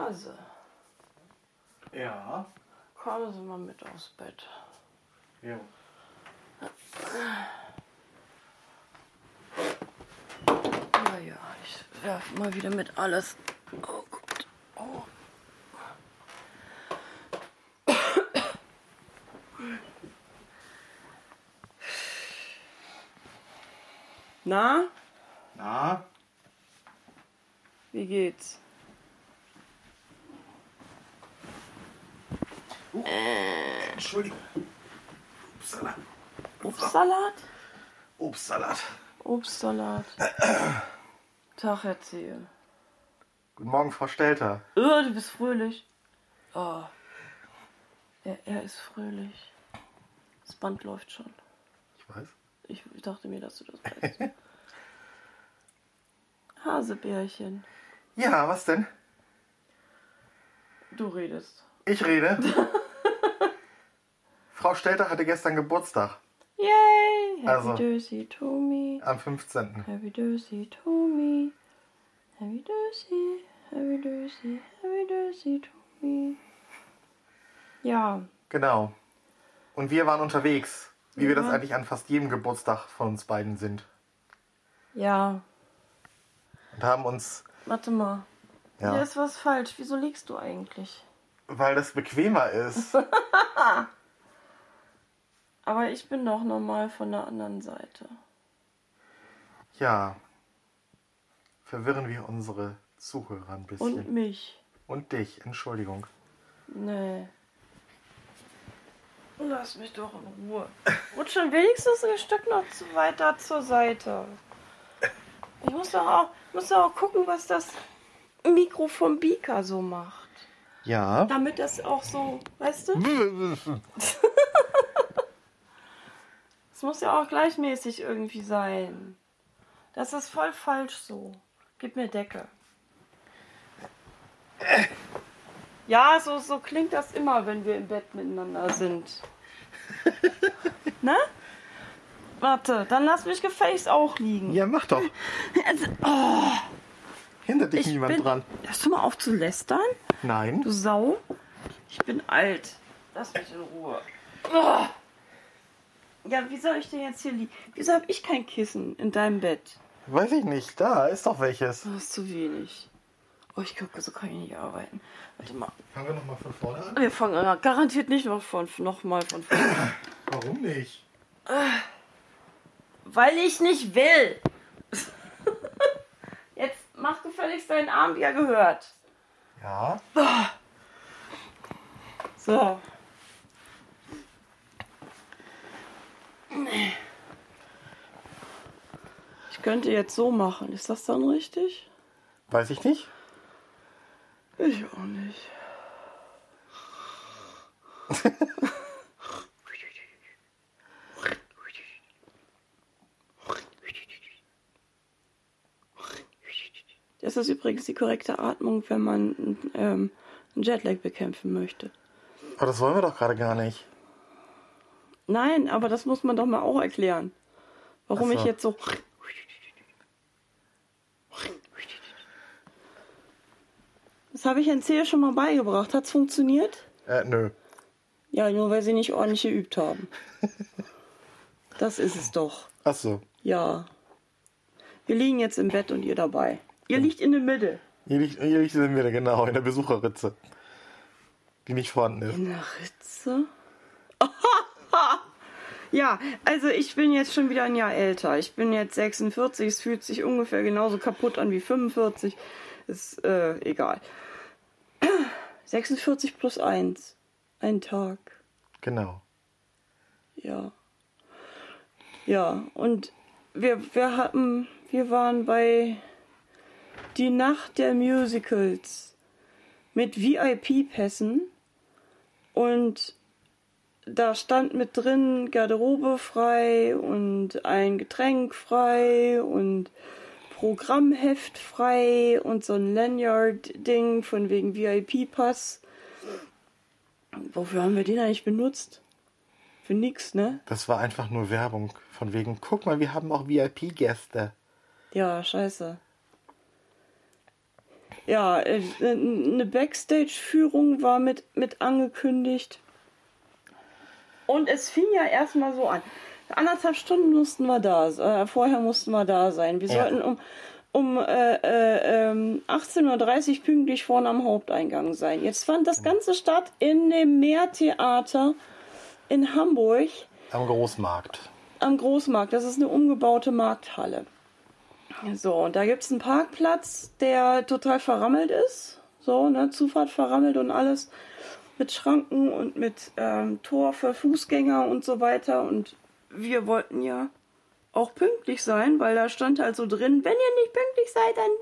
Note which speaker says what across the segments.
Speaker 1: Hase.
Speaker 2: Ja.
Speaker 1: Kommen Sie mal mit aufs Bett.
Speaker 2: Ja.
Speaker 1: Naja, ich werfe mal wieder mit alles. Oh Gott. Oh. Na?
Speaker 2: Na?
Speaker 1: Wie geht's?
Speaker 2: Entschuldigung. Obstsalat.
Speaker 1: Obstsalat?
Speaker 2: Obstsalat.
Speaker 1: Obstsalat. Tag, erzähl.
Speaker 2: Guten Morgen, Frau Stelter.
Speaker 1: Du bist fröhlich. Oh. Er ist fröhlich. Das Band läuft schon.
Speaker 2: Ich weiß.
Speaker 1: Ich dachte mir, dass du das weißt. Hasebärchen.
Speaker 2: Ja, was denn?
Speaker 1: Du redest.
Speaker 2: Ich rede. Frau Stelter hatte gestern Geburtstag.
Speaker 1: Yay! Happy
Speaker 2: Also.
Speaker 1: Birthday to me.
Speaker 2: Am 15.
Speaker 1: Happy Birthday to me. Happy Birthday, Happy Birthday, Happy Birthday to me. Ja.
Speaker 2: Genau. Und wir waren unterwegs. Wie wir
Speaker 1: Ja.
Speaker 2: das eigentlich an fast jedem Geburtstag von uns beiden sind.
Speaker 1: Ja.
Speaker 2: Und haben uns...
Speaker 1: Warte mal.
Speaker 2: Ja.
Speaker 1: Hier ist was falsch. Wieso liegst du eigentlich?
Speaker 2: Weil das bequemer ist.
Speaker 1: Aber ich bin doch normal von der anderen Seite.
Speaker 2: Ja. Verwirren wir unsere Zuhörer ein bisschen.
Speaker 1: Und mich.
Speaker 2: Und dich, Entschuldigung.
Speaker 1: Nee. Lass mich doch in Ruhe. Rutsch schon wenigstens ein Stück noch zu weiter zur Seite. Ich muss doch auch gucken, was das Mikro vom Beaker so macht.
Speaker 2: Ja.
Speaker 1: Damit das auch so, weißt du? Es muss ja auch gleichmäßig irgendwie sein. Das ist voll falsch so. Gib mir Decke. Ja, so klingt das immer, wenn wir im Bett miteinander sind. Ne? Warte, dann lass mich gefälligst auch liegen.
Speaker 2: Ja, mach doch.
Speaker 1: Oh,
Speaker 2: Hinter dich niemand dran.
Speaker 1: Hörst du mal auf zu lästern?
Speaker 2: Nein.
Speaker 1: Du Sau. Ich bin alt. Lass mich in Ruhe. Oh. Ja, wie soll ich denn jetzt hier liegen? Wieso habe ich kein Kissen in deinem Bett?
Speaker 2: Weiß ich nicht. Da ist doch welches.
Speaker 1: Das ist zu wenig. Oh, ich gucke, so kann ich nicht arbeiten. Warte mal.
Speaker 2: Fangen wir nochmal von vorne an?
Speaker 1: Wir fangen garantiert nicht noch mal von vorne an.
Speaker 2: Warum nicht?
Speaker 1: Weil ich nicht will. Jetzt mach gefälligst deinen Arm, wie er gehört.
Speaker 2: Ja.
Speaker 1: So. Ich könnte jetzt so machen. Ist das dann richtig?
Speaker 2: Weiß ich nicht.
Speaker 1: Ich auch nicht. Das ist übrigens die korrekte Atmung, wenn man einen Jetlag bekämpfen möchte.
Speaker 2: Aber das wollen wir doch gerade gar nicht.
Speaker 1: Nein, aber das muss man doch mal auch erklären. Warum
Speaker 2: Ach so.
Speaker 1: ich jetzt so... Das habe ich Jens schon mal beigebracht. Hat's funktioniert?
Speaker 2: Nö.
Speaker 1: Ja, nur weil sie nicht ordentlich geübt haben. Das ist es doch.
Speaker 2: Ach so.
Speaker 1: Ja. Wir liegen jetzt im Bett und ihr dabei. Ihr liegt in der Mitte.
Speaker 2: Hier liegt in der Mitte, genau, in der Besucherritze. Die nicht vorhanden ist.
Speaker 1: In der Ritze? Ja, also ich bin jetzt schon wieder ein Jahr älter. Ich bin jetzt 46. Es fühlt sich ungefähr genauso kaputt an wie 45. Ist egal. 46 plus 1. Ein Tag.
Speaker 2: Genau.
Speaker 1: Ja. Ja, und wir waren bei Die Nacht der Musicals mit VIP-Pässen und da stand mit drin Garderobe frei und ein Getränk frei und Programmheft frei und so ein Lanyard-Ding von wegen VIP-Pass. Wofür haben wir den eigentlich benutzt? Für nix, ne?
Speaker 2: Das war einfach nur Werbung. Von wegen, guck mal, wir haben auch VIP-Gäste.
Speaker 1: Ja, scheiße. Ja, eine Backstage-Führung war mit angekündigt. Und es fing ja erstmal so an. 1,5 Stunden mussten wir vorher mussten wir da sein. Wir sollten um 18:30 Uhr pünktlich vorne am Haupteingang sein. Jetzt fand das Ganze statt in dem Meertheater in Hamburg.
Speaker 2: Am Großmarkt.
Speaker 1: Am Großmarkt. Das ist eine umgebaute Markthalle. So, und da gibt es einen Parkplatz, der total verrammelt ist. So, ne, Zufahrt verrammelt und alles. Mit Schranken und mit Tor für Fußgänger und so weiter. Und wir wollten ja auch pünktlich sein, weil da stand halt so drin, wenn ihr nicht pünktlich seid, dann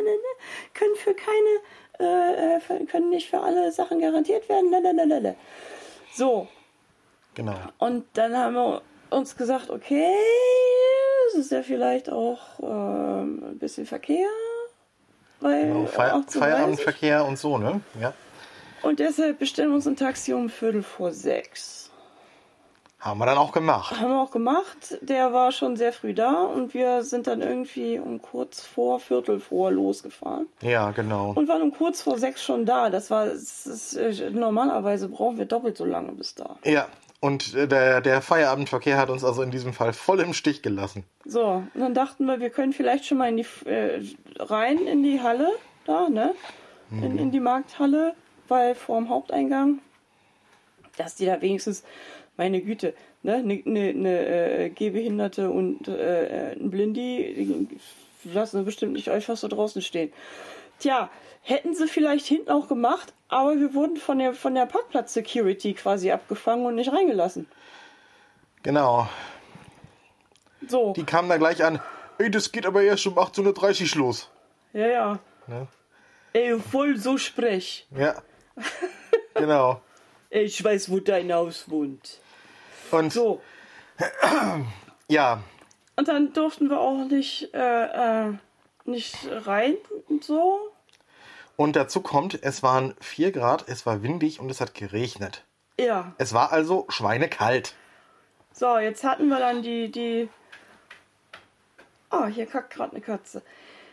Speaker 1: können nicht für alle Sachen garantiert werden. So.
Speaker 2: Genau.
Speaker 1: Und dann haben wir uns gesagt, okay, es ist ja vielleicht auch ein bisschen Verkehr. Weil
Speaker 2: Genau, Feierabendverkehr und so, ne? Ja.
Speaker 1: Und deshalb bestellen wir uns ein Taxi um 5:45.
Speaker 2: Haben wir dann auch gemacht.
Speaker 1: Haben wir auch gemacht. Der war schon sehr früh da und wir sind dann irgendwie um Viertel vor losgefahren.
Speaker 2: Ja, genau.
Speaker 1: Und waren um 5:45 schon da. Normalerweise brauchen wir doppelt so lange bis da.
Speaker 2: Ja, und der Feierabendverkehr hat uns also in diesem Fall voll im Stich gelassen.
Speaker 1: So, und dann dachten wir können vielleicht schon mal rein in die Halle, da, ne? In die Markthalle, weil vorm Haupteingang, dass die da wenigstens, meine Güte, ne, eine Gehbehinderte und ein Blindi, die lassen sie bestimmt nicht einfach so draußen stehen. Tja, hätten sie vielleicht hinten auch gemacht, aber wir wurden von der Parkplatz-Security quasi abgefangen und nicht reingelassen.
Speaker 2: Genau.
Speaker 1: So.
Speaker 2: Die kamen da gleich an, ey, das geht aber erst um 18:30 Uhr los.
Speaker 1: Ja.
Speaker 2: Ne?
Speaker 1: Ey, voll so sprech.
Speaker 2: Ja. Genau.
Speaker 1: Ich weiß, wo dein Haus wohnt.
Speaker 2: Und
Speaker 1: So.
Speaker 2: ja.
Speaker 1: Und dann durften wir auch nicht rein und so.
Speaker 2: Und dazu kommt, es waren 4 Grad, es war windig und es hat geregnet.
Speaker 1: Ja.
Speaker 2: Es war also schweinekalt.
Speaker 1: So, jetzt hatten wir dann die hier kackt gerade eine Katze.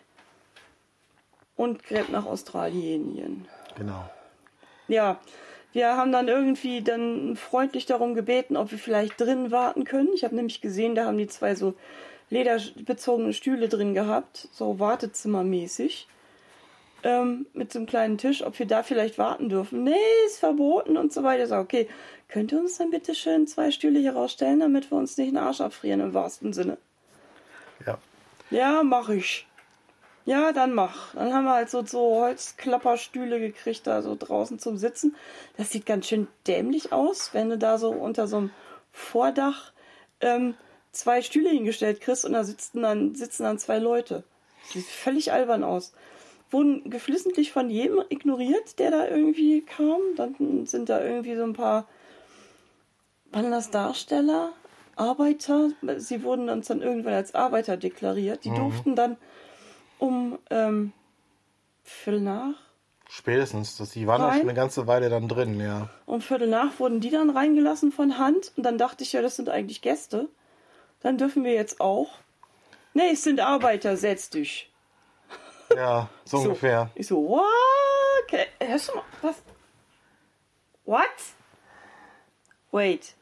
Speaker 1: Und gräbt nach Australien.
Speaker 2: Genau.
Speaker 1: Ja, wir haben dann irgendwie dann freundlich darum gebeten, ob wir vielleicht drin warten können. Ich habe nämlich gesehen, da haben die 2 so lederbezogene Stühle drin gehabt, so wartezimmermäßig, mit so einem kleinen Tisch, ob wir da vielleicht warten dürfen. Nee, ist verboten und so weiter. Ich sag, okay, könnt ihr uns dann bitte schön 2 Stühle hier rausstellen, damit wir uns nicht den Arsch abfrieren im wahrsten Sinne?
Speaker 2: Ja.
Speaker 1: Ja, mach ich. Ja, dann mach. Dann haben wir halt so Holzklapperstühle gekriegt, da so draußen zum Sitzen. Das sieht ganz schön dämlich aus, wenn du da so unter so einem Vordach 2 Stühle hingestellt kriegst und da sitzen dann 2 Leute. Sieht völlig albern aus. Wurden geflissentlich von jedem ignoriert, der da irgendwie kam. Dann sind da irgendwie so ein paar, waren das Darsteller, Arbeiter? Sie wurden uns dann irgendwann als Arbeiter deklariert. Die durften dann um Viertel nach.
Speaker 2: Spätestens, die waren auch schon eine ganze Weile dann drin, ja.
Speaker 1: Um Viertel nach wurden die dann reingelassen von Hand. Und dann dachte ich ja, das sind eigentlich Gäste. Dann dürfen wir jetzt auch. Nee, es sind Arbeiter, setz dich.
Speaker 2: Ja, so ungefähr.
Speaker 1: Ich so, what? Okay. Hörst du mal, was? What? Wait.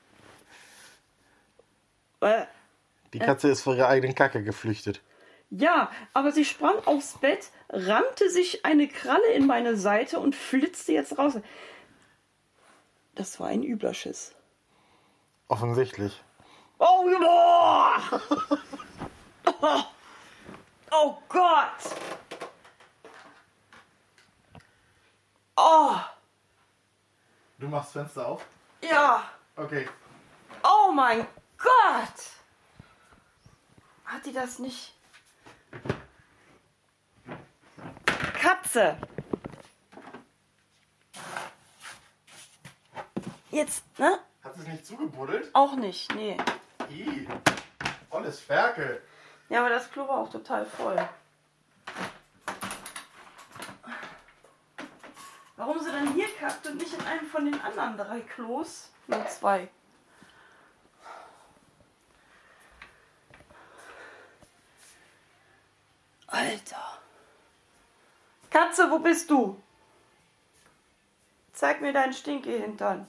Speaker 2: Die Katze ist vor ihrer eigenen Kacke geflüchtet.
Speaker 1: Ja, aber sie sprang aufs Bett, rammte sich eine Kralle in meine Seite und flitzte jetzt raus. Das war ein Überschiss.
Speaker 2: Offensichtlich.
Speaker 1: Oh, oh, oh Gott! Oh!
Speaker 2: Du machst das Fenster auf?
Speaker 1: Ja!
Speaker 2: Okay.
Speaker 1: Oh mein Gott! Hat die das nicht? Katze! Jetzt, ne?
Speaker 2: Hat es nicht zugebuddelt?
Speaker 1: Auch nicht, nee.
Speaker 2: Ih, volles Ferkel.
Speaker 1: Ja, aber das Klo war auch total voll. Warum sie dann hier kackt und nicht in einem von den anderen 3 Klos? Nur 2. Alter. Katze, wo bist du? Zeig mir deinen Stinke-Hintern.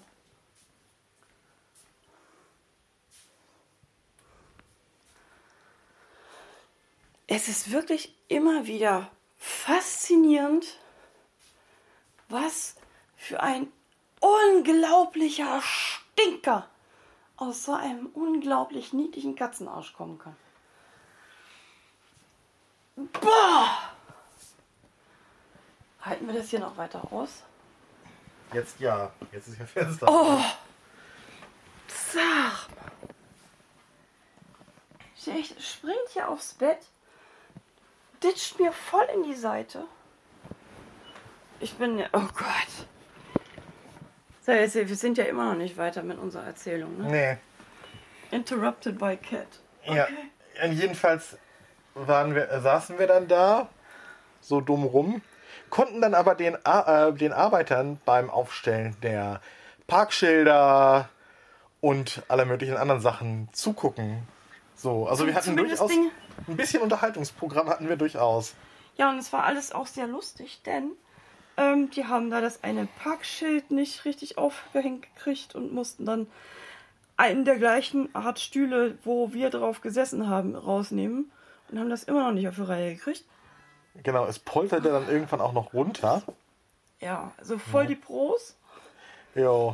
Speaker 1: Es ist wirklich immer wieder faszinierend, was für ein unglaublicher Stinker aus so einem unglaublich niedlichen Katzenarsch kommen kann. Boah! Halten wir das hier noch weiter aus?
Speaker 2: Jetzt ja. Jetzt ist ja Fenster.
Speaker 1: Oh! Sag mal. Springt hier aufs Bett, ditcht mir voll in die Seite. Ich bin ja... Oh Gott. So, jetzt, wir sind ja immer noch nicht weiter mit unserer Erzählung, ne?
Speaker 2: Nee.
Speaker 1: Interrupted by Cat. Okay.
Speaker 2: Ja. Jedenfalls saßen wir dann da, so dumm rum, konnten dann aber den Arbeitern beim Aufstellen der Parkschilder und aller möglichen anderen Sachen zugucken. So, also wir hatten durchaus ein bisschen Unterhaltungsprogramm hatten wir durchaus.
Speaker 1: Ja, und es war alles auch sehr lustig, denn die haben da das eine Parkschild nicht richtig aufgehängt gekriegt und mussten dann einen der gleichen Art Stühle, wo wir drauf gesessen haben, rausnehmen und haben das immer noch nicht auf die Reihe gekriegt.
Speaker 2: Genau, es polterte dann irgendwann auch noch runter.
Speaker 1: Ja, also voll die Pros.
Speaker 2: Jo.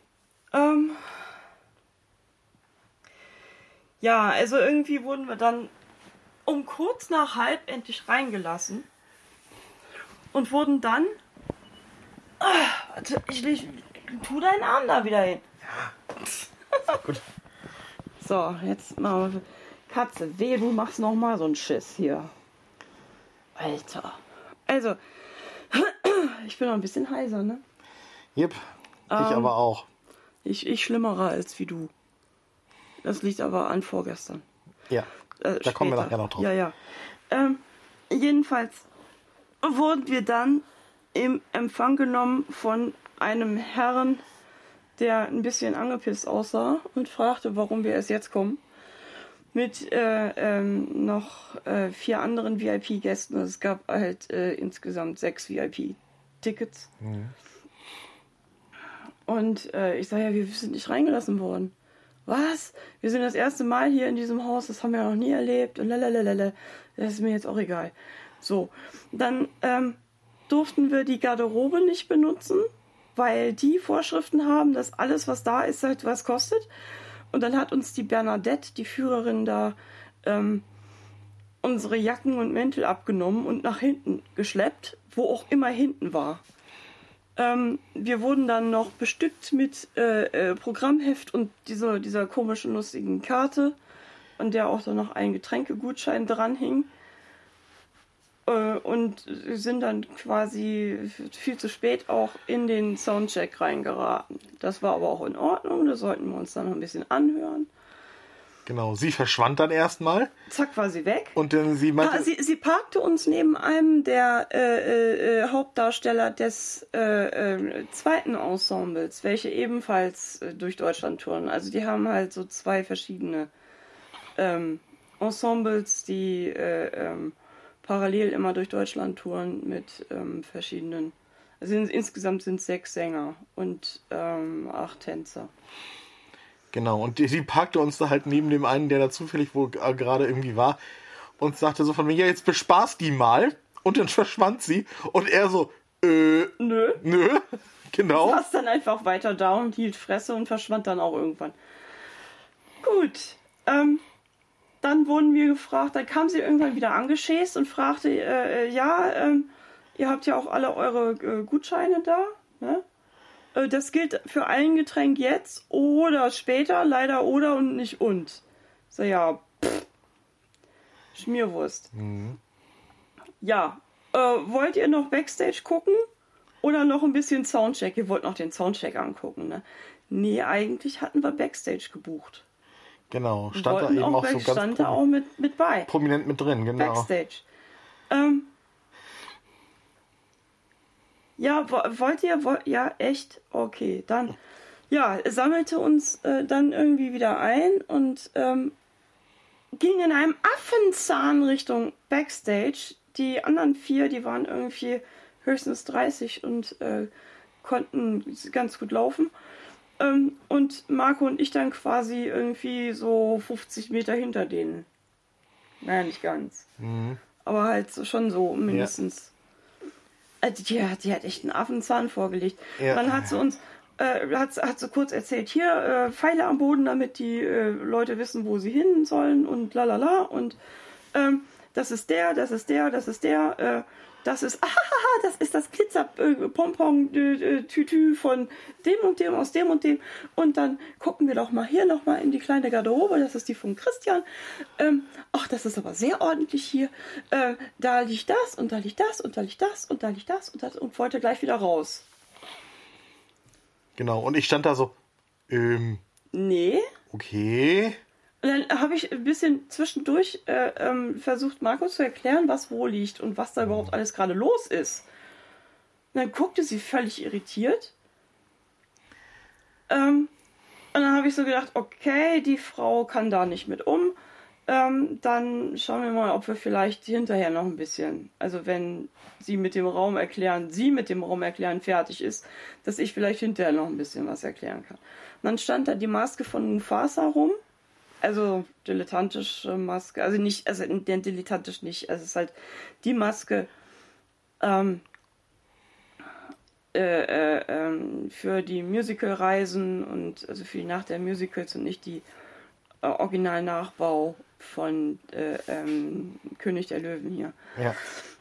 Speaker 1: Ja, also irgendwie wurden wir dann um kurz nach halb endlich reingelassen und wurden dann... warte, tu deinen Arm da wieder hin.
Speaker 2: Ja. Gut.
Speaker 1: So, jetzt mal... Katze, wehe, du machst nochmal so einen Schiss hier. Alter. Also, ich bin noch ein bisschen heiser, ne?
Speaker 2: Jep, ich aber auch.
Speaker 1: Ich schlimmerer als wie du. Das liegt aber an vorgestern.
Speaker 2: Ja, da kommen wir nachher noch drauf.
Speaker 1: Ja. Jedenfalls wurden wir dann im Empfang genommen von einem Herrn, der ein bisschen angepisst aussah und fragte, warum wir erst jetzt kommen. Mit noch 4 anderen VIP-Gästen. Es gab halt insgesamt 6 VIP-Tickets. Mhm. Und ich sage ja, wir sind nicht reingelassen worden. Was? Wir sind das erste Mal hier in diesem Haus, das haben wir noch nie erlebt. Und lalalala. Das ist mir jetzt auch egal. So, dann durften wir die Garderobe nicht benutzen, weil die Vorschriften haben, dass alles, was da ist, halt was kostet. Und dann hat uns die Bernadette, die Führerin da, unsere Jacken und Mäntel abgenommen und nach hinten geschleppt, wo auch immer hinten war. Wir wurden dann noch bestückt mit Programmheft und dieser komischen, lustigen Karte, an der auch dann noch ein Getränkegutschein dran hing. Und sind dann quasi viel zu spät auch in den Soundcheck reingeraten. Das war aber auch in Ordnung, da sollten wir uns dann noch ein bisschen anhören.
Speaker 2: Genau, sie verschwand dann erstmal.
Speaker 1: Zack, war sie weg.
Speaker 2: Und dann sie meinte...
Speaker 1: Sie parkte uns neben einem der Hauptdarsteller des zweiten Ensembles, welche ebenfalls durch Deutschland touren. Also die haben halt so 2 verschiedene Ensembles, die parallel immer durch Deutschland touren mit verschiedenen... Also insgesamt sind 6 Sänger und 8 Tänzer.
Speaker 2: Genau, und sie parkte uns da halt neben dem einen, der da zufällig wohl gerade irgendwie war und sagte so von mir, ja, jetzt bespaß die mal. Und dann verschwand sie und er so, nö, genau.
Speaker 1: Saß dann einfach weiter da und hielt Fresse und verschwand dann auch irgendwann. Gut, dann wurden wir gefragt, dann kam sie irgendwann wieder angeschäst und fragte, ihr habt ja auch alle eure Gutscheine da, ne? Das gilt für ein Getränk jetzt oder später, leider oder und nicht und. So, ja, Schmierwurst. Mhm. Ja, wollt ihr noch Backstage gucken oder noch ein bisschen Soundcheck? Ihr wollt noch den Soundcheck angucken, ne? Nee, eigentlich hatten wir Backstage gebucht.
Speaker 2: Genau, stand da eben auch so ganz
Speaker 1: auch mit bei.
Speaker 2: Prominent mit drin, genau.
Speaker 1: Backstage. Ja, wollt ihr? Ja, echt? Okay, dann. Ja, sammelte uns dann irgendwie wieder ein und ging in einem Affenzahn Richtung Backstage, die anderen 4, die waren irgendwie höchstens 30 und konnten ganz gut laufen. Und Marco und ich dann quasi irgendwie so 50 Meter hinter denen. Naja, nicht ganz. Aber halt so, schon so mindestens. Also die hat echt einen Affenzahn vorgelegt.
Speaker 2: Ja.
Speaker 1: Dann hat sie uns hat so kurz erzählt, hier Pfeile am Boden, damit die Leute wissen, wo sie hin sollen und lalala. Und das ist der, das ist der, das ist der, das ist das Glitzer-Pompon-Tütü von dem und dem, aus dem und dem. Und dann gucken wir doch mal hier nochmal in die kleine Garderobe. Das ist die von Christian. Ach, das ist aber sehr ordentlich hier. Da liegt das und da liegt das und da liegt das und da liegt das und das und wollte gleich wieder raus.
Speaker 2: Genau, und ich stand da so,
Speaker 1: Nee.
Speaker 2: okay.
Speaker 1: Und dann habe ich ein bisschen zwischendurch versucht, Markus zu erklären, was wo liegt und was da überhaupt alles gerade los ist. Und dann guckte sie völlig irritiert. Und dann habe ich so gedacht, okay, die Frau kann da nicht mit um. Dann schauen wir mal, ob wir vielleicht hinterher noch ein bisschen, also wenn sie mit dem Raum erklären fertig ist, dass ich vielleicht hinterher noch ein bisschen was erklären kann. Und dann stand da die Maske von Mufasa rum. Also dilettantische Maske, also dilettantisch nicht, also es ist halt die Maske für die Musical-Reisen und also für die Nacht der Musicals und nicht die Original-Nachbau von König der Löwen hier.
Speaker 2: Ja.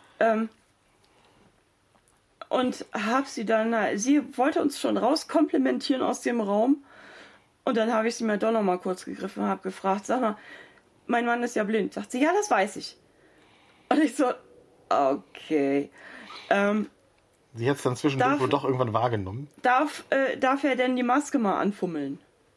Speaker 1: Und hab sie dann, sie wollte uns schon rauskomplimentieren aus dem Raum. Und dann habe ich sie mir doch noch mal kurz gegriffen und habe gefragt, sag mal, mein Mann ist ja blind. Sagt sie, ja, das weiß ich. Und ich so, okay.
Speaker 2: Sie hat es dann zwischendurch wohl doch irgendwann wahrgenommen.
Speaker 1: Darf er denn die Maske mal anfummeln?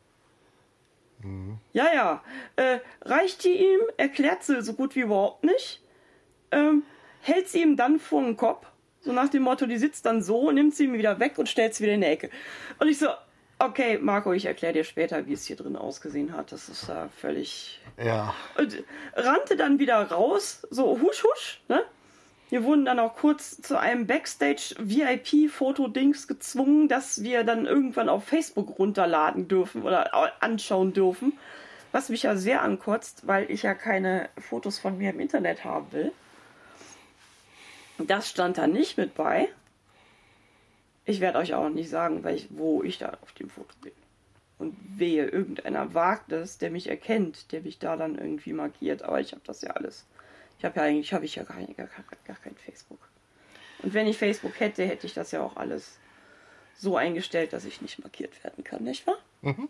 Speaker 1: Ja. Reicht die ihm, erklärt sie so gut wie überhaupt nicht. Hält sie ihm dann vor den Kopf. So nach dem Motto, die sitzt dann so, nimmt sie ihm wieder weg und stellt sie wieder in die Ecke. Und ich so, okay, Marco, ich erkläre dir später, wie es hier drin ausgesehen hat. Das ist ja völlig...
Speaker 2: Ja.
Speaker 1: Und rannte dann wieder raus, so husch, husch, ne? Wir wurden dann auch kurz zu einem Backstage-VIP-Foto-Dings gezwungen, das wir dann irgendwann auf Facebook runterladen dürfen oder anschauen dürfen. Was mich ja sehr ankotzt, weil ich ja keine Fotos von mir im Internet haben will. Das stand da nicht mit bei. Ich werde euch auch nicht sagen, wo ich da auf dem Foto bin. Und wehe, irgendeiner wagt es, der mich erkennt, der mich da dann irgendwie markiert. Aber ich habe das ja alles. Habe ich ja gar kein Facebook. Und wenn ich Facebook hätte, hätte ich das ja auch alles so eingestellt, dass ich nicht markiert werden kann, nicht wahr? Mhm.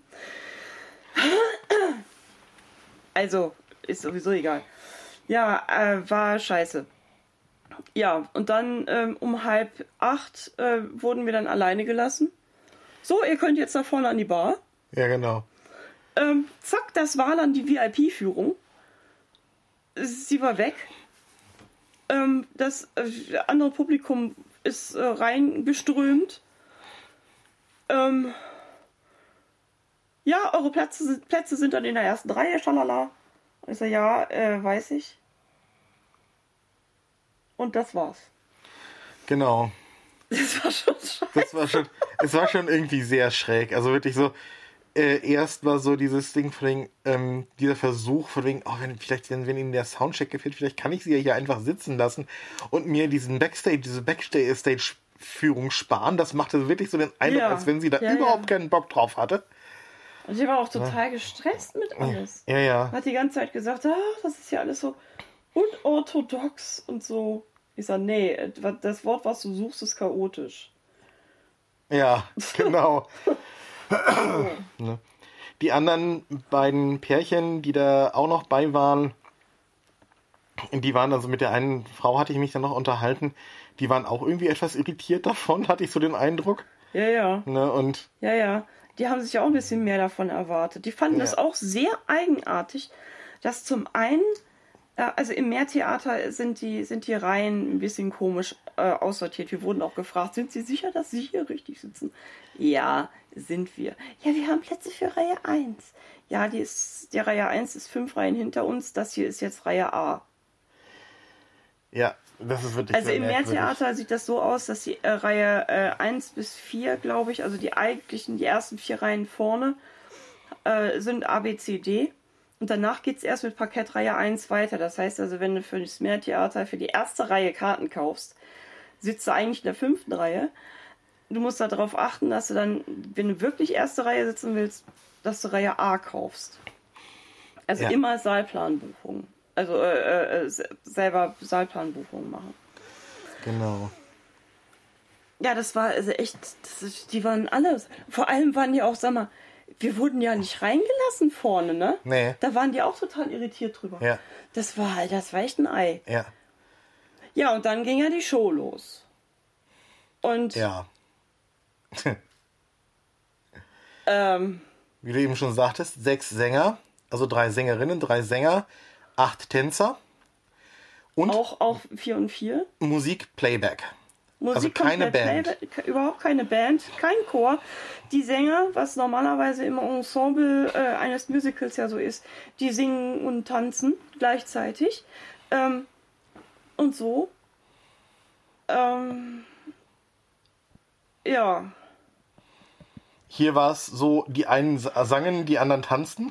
Speaker 1: Also, ist sowieso egal. Ja, war scheiße. Ja, und dann um 7:30 wurden wir dann alleine gelassen. So, ihr könnt jetzt da vorne an die Bar.
Speaker 2: Ja, genau.
Speaker 1: Zack, das war dann die VIP-Führung. Sie war weg. Das andere Publikum ist reingeströmt. Ja, eure Plätze sind dann in der ersten Reihe, schalala. Und ich so, ja, weiß ich. Und das war's.
Speaker 2: Genau.
Speaker 1: Das war schon scheiße.
Speaker 2: Es war schon irgendwie sehr schräg. Also wirklich so, erst war so dieses Ding von wegen, dieser Versuch von wegen, wenn Ihnen der Soundcheck gefällt, vielleicht kann ich sie ja hier einfach sitzen lassen und mir diese Backstage-Führung sparen. Das machte wirklich so den Eindruck, als wenn sie da überhaupt keinen Bock drauf hatte.
Speaker 1: Und sie war auch total gestresst mit alles.
Speaker 2: Ja.
Speaker 1: Hat die ganze Zeit gesagt, das ist ja alles so unorthodox und so. Ich sag, nee, das Wort, was du suchst, ist chaotisch.
Speaker 2: Ja, genau. Ne? Die anderen beiden Pärchen, die da auch noch bei waren, die waren also mit der einen Frau, hatte ich mich dann noch unterhalten, die waren auch irgendwie etwas irritiert davon, hatte ich so den Eindruck.
Speaker 1: Ja.
Speaker 2: Ne? Und
Speaker 1: ja. Die haben sich auch ein bisschen mehr davon erwartet. Die fanden das auch sehr eigenartig, dass zum einen, also im Meertheater sind die Reihen ein bisschen komisch aussortiert. Wir wurden auch gefragt, sind Sie sicher, dass Sie hier richtig sitzen? Ja, sind wir. Ja, wir haben Plätze für Reihe 1. Ja, die Reihe 1 ist 5 Reihen hinter uns. Das hier ist jetzt Reihe A.
Speaker 2: Ja, das ist wirklich
Speaker 1: Also
Speaker 2: sehr
Speaker 1: im
Speaker 2: merkwürdig.
Speaker 1: Mehrtheater sieht das so aus, dass die Reihe 1 bis 4, glaube ich, also die ersten 4 Reihen vorne sind A, B, C, D. Und danach geht es erst mit Parkettreihe 1 weiter. Das heißt also, wenn du für das Mehrtheater für die erste Reihe Karten kaufst, sitzt du eigentlich in der 5. Reihe. Du musst darauf achten, dass du dann, wenn du wirklich erste Reihe sitzen willst, dass du Reihe A kaufst. Also immer Saalplanbuchungen. Also selber Saalplanbuchungen machen.
Speaker 2: Genau.
Speaker 1: Ja, das war also echt, die waren alle, vor allem waren die auch, sag mal, wir wurden ja nicht reingelassen vorne, ne?
Speaker 2: Nee.
Speaker 1: Da waren die auch total irritiert drüber.
Speaker 2: Ja.
Speaker 1: Das war echt ein Ei.
Speaker 2: Ja.
Speaker 1: Ja, und dann ging ja die Show los. Und
Speaker 2: Ja.
Speaker 1: wie
Speaker 2: du eben schon sagtest, 6 Sänger, also 3 Sängerinnen, 3 Sänger, 8 Tänzer und
Speaker 1: auch 4 und 4.
Speaker 2: Musik-Playback.
Speaker 1: Musik
Speaker 2: Also keine
Speaker 1: komplett
Speaker 2: Band.
Speaker 1: Playback, überhaupt keine Band, kein Chor. Die Sänger, was normalerweise im Ensemble eines Musicals ja so ist, die singen und tanzen gleichzeitig. Und so. Ja.
Speaker 2: Hier war es so, die einen sangen, die anderen tanzten.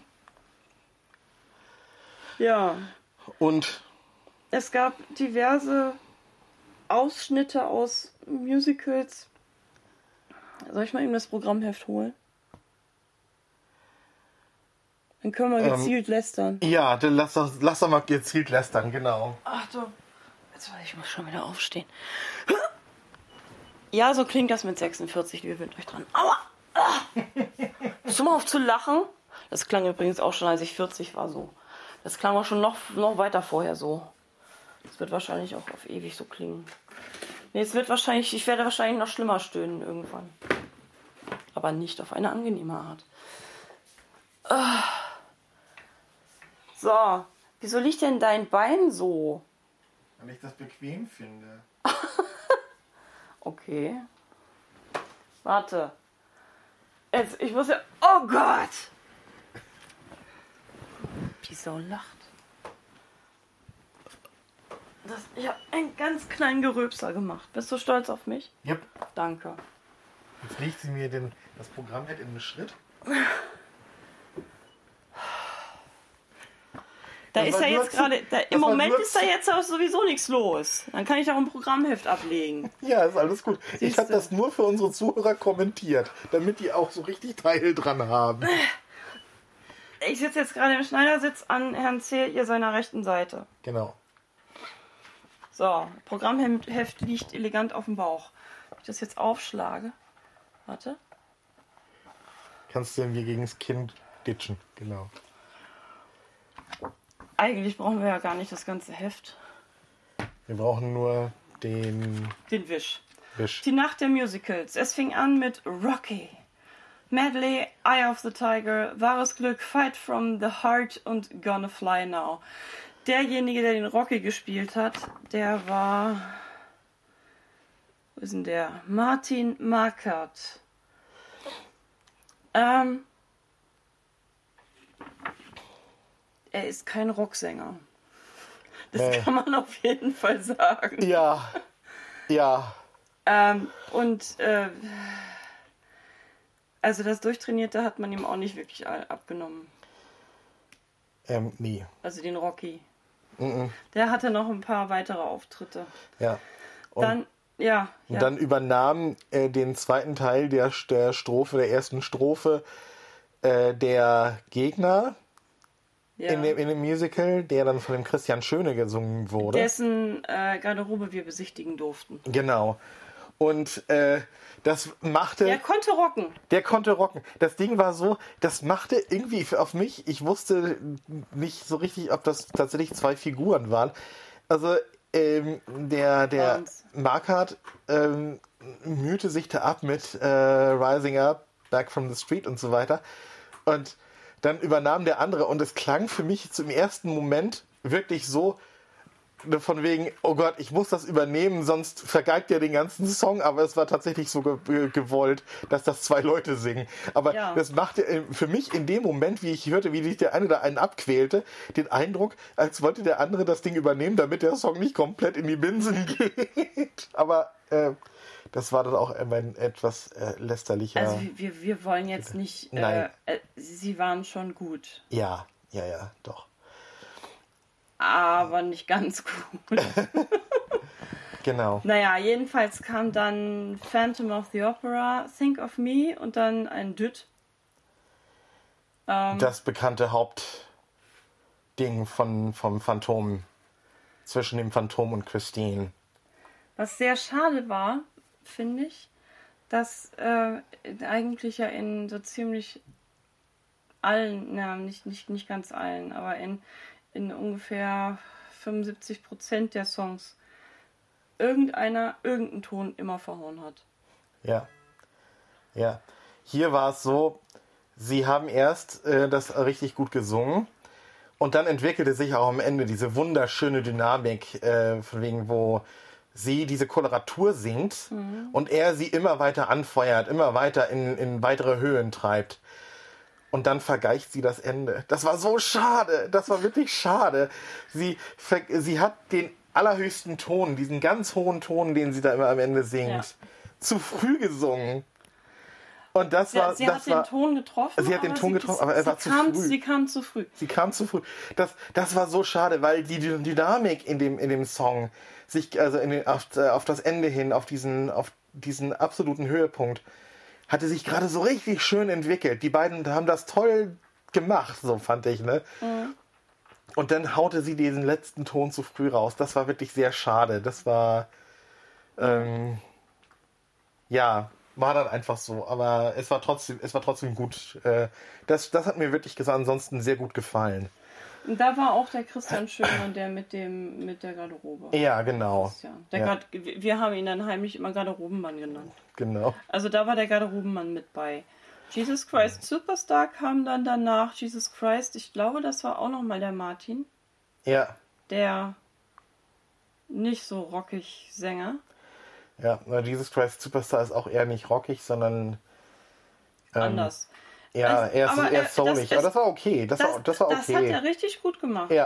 Speaker 1: Ja.
Speaker 2: Und
Speaker 1: Es gab diverse Ausschnitte aus Musicals. Soll ich mal eben das Programmheft holen? Dann können wir gezielt lästern.
Speaker 2: ja, dann lass doch mal gezielt lästern, genau.
Speaker 1: Achtung. Ich muss schon wieder aufstehen. Ja, so klingt das mit 46. Wir gewöhnt euch dran. Aua! Bist du mal auf zu lachen? Das klang übrigens auch schon, als ich 40 war, so. Das klang auch schon noch weiter vorher so. Das wird wahrscheinlich auch auf ewig so klingen. Nee, ich werde wahrscheinlich noch schlimmer stöhnen irgendwann. Aber nicht auf eine angenehme Art. So, wieso liegt denn dein Bein so?
Speaker 2: Weil ich das bequem finde.
Speaker 1: Okay. Warte. Jetzt, ich muss ja... Oh Gott! Die Sau lacht. Ich habe einen ganz kleinen Geröpser gemacht. Bist du stolz auf mich?
Speaker 2: Yep.
Speaker 1: Danke.
Speaker 2: Jetzt legt sie mir das Programmheft in den Schritt.
Speaker 1: Da ist ja jetzt gerade... Im Moment ist da jetzt auch sowieso nichts los. Dann kann ich auch ein Programmheft ablegen.
Speaker 2: Ja, ist alles gut. Ich
Speaker 1: Siehste.
Speaker 2: habe das nur für unsere Zuhörer kommentiert, damit die auch so richtig Teil dran haben.
Speaker 1: Ich sitze jetzt gerade im Schneidersitz an Herrn C. ihr seiner rechten Seite.
Speaker 2: Genau.
Speaker 1: So, Programmheft liegt elegant auf dem Bauch. Wenn ich das jetzt aufschlage... Warte.
Speaker 2: Kannst du mir gegen das Kinn ditchen, genau.
Speaker 1: Eigentlich brauchen wir ja gar nicht das ganze Heft.
Speaker 2: Wir brauchen nur den
Speaker 1: Wisch.
Speaker 2: Wisch.
Speaker 1: Die Nacht der Musicals. Es fing an mit Rocky, Medley, Eye of the Tiger, Wahres Glück, Fight from the Heart und Gonna Fly Now. Derjenige, der den Rocky gespielt hat, der war... Wo ist denn der? Martin Markert. Er ist kein Rocksänger. Das kann man auf jeden Fall sagen.
Speaker 2: Ja. Ja.
Speaker 1: Also das Durchtrainierte hat man ihm auch nicht wirklich abgenommen.
Speaker 2: Nee.
Speaker 1: Also den Rocky.
Speaker 2: Mhm.
Speaker 1: Der hatte noch ein paar weitere Auftritte.
Speaker 2: Ja.
Speaker 1: Und
Speaker 2: dann übernahm den zweiten Teil der ersten Strophe, der Gegner in dem Musical, der dann von dem Christian Schöne gesungen wurde.
Speaker 1: Dessen Garderobe wir besichtigen durften.
Speaker 2: Genau. Und das machte...
Speaker 1: Der konnte rocken.
Speaker 2: Das Ding war so, das machte irgendwie auf mich, ich wusste nicht so richtig, ob das tatsächlich 2 Figuren waren. Also der Markert mühte sich da ab mit Rising Up, Back from the Street und so weiter. Und dann übernahm der andere und es klang für mich zum ersten Moment wirklich so, von wegen, oh Gott, ich muss das übernehmen, sonst vergeigt ihr den ganzen Song, aber es war tatsächlich so gewollt, dass das 2 Leute singen. Aber das machte für mich in dem Moment, wie ich hörte, wie sich der eine da einen abquälte, den Eindruck, als wollte der andere das Ding übernehmen, damit der Song nicht komplett in die Binsen geht. Aber das war dann auch ein etwas lästerlicher...
Speaker 1: Also wir wollen jetzt nicht... sie waren schon gut.
Speaker 2: Ja, doch.
Speaker 1: Aber nicht ganz gut.
Speaker 2: Genau.
Speaker 1: Naja, jedenfalls kam dann Phantom of the Opera, Think of Me und dann ein Düt.
Speaker 2: Das bekannte Hauptding vom Phantom, zwischen dem Phantom und Christine.
Speaker 1: Was sehr schade war, finde ich, dass eigentlich ja in so ziemlich allen, nicht ganz allen, aber in ungefähr 75% der Songs irgendeinen Ton immer verhauen hat.
Speaker 2: Ja. Hier war es so, sie haben erst das richtig gut gesungen und dann entwickelte sich auch am Ende diese wunderschöne Dynamik, von wegen, wo sie diese Koloratur singt und er sie immer weiter anfeuert, immer weiter in weitere Höhen treibt. Und dann vergleicht sie das Ende. Das war so schade. Das war wirklich schade. Sie hat den allerhöchsten Ton, diesen ganz hohen Ton, den sie da immer am Ende singt, zu früh gesungen. Und sie hat
Speaker 1: den Ton getroffen.
Speaker 2: Sie hat den Ton getroffen, aber er war zu früh.
Speaker 1: Sie kam zu früh.
Speaker 2: Das war so schade, weil die Dynamik in dem Song sich, also auf das Ende hin, auf diesen absoluten Höhepunkt, hatte sich gerade so richtig schön entwickelt. Die beiden haben das toll gemacht, so fand ich, ne? Mhm. Und dann haute sie diesen letzten Ton zu früh raus. Das war wirklich sehr schade. Das war, war dann einfach so. Aber es war trotzdem gut. Das hat mir wirklich ansonsten sehr gut gefallen.
Speaker 1: Und da war auch der Christian Schönmann, der mit der Garderobe.
Speaker 2: Ja, genau.
Speaker 1: Wir haben ihn dann heimlich immer Garderobenmann genannt.
Speaker 2: Genau.
Speaker 1: Also da war der Garderobenmann mit bei. Jesus Christ Superstar kam dann danach. Jesus Christ, ich glaube, das war auch nochmal der Martin.
Speaker 2: Ja.
Speaker 1: Der nicht so rockig Sänger.
Speaker 2: Ja, Jesus Christ Superstar ist auch eher nicht rockig, sondern...
Speaker 1: anders.
Speaker 2: Ja, er ist soulig, aber das war okay. Das war okay.
Speaker 1: Das hat er richtig gut gemacht.
Speaker 2: Ja.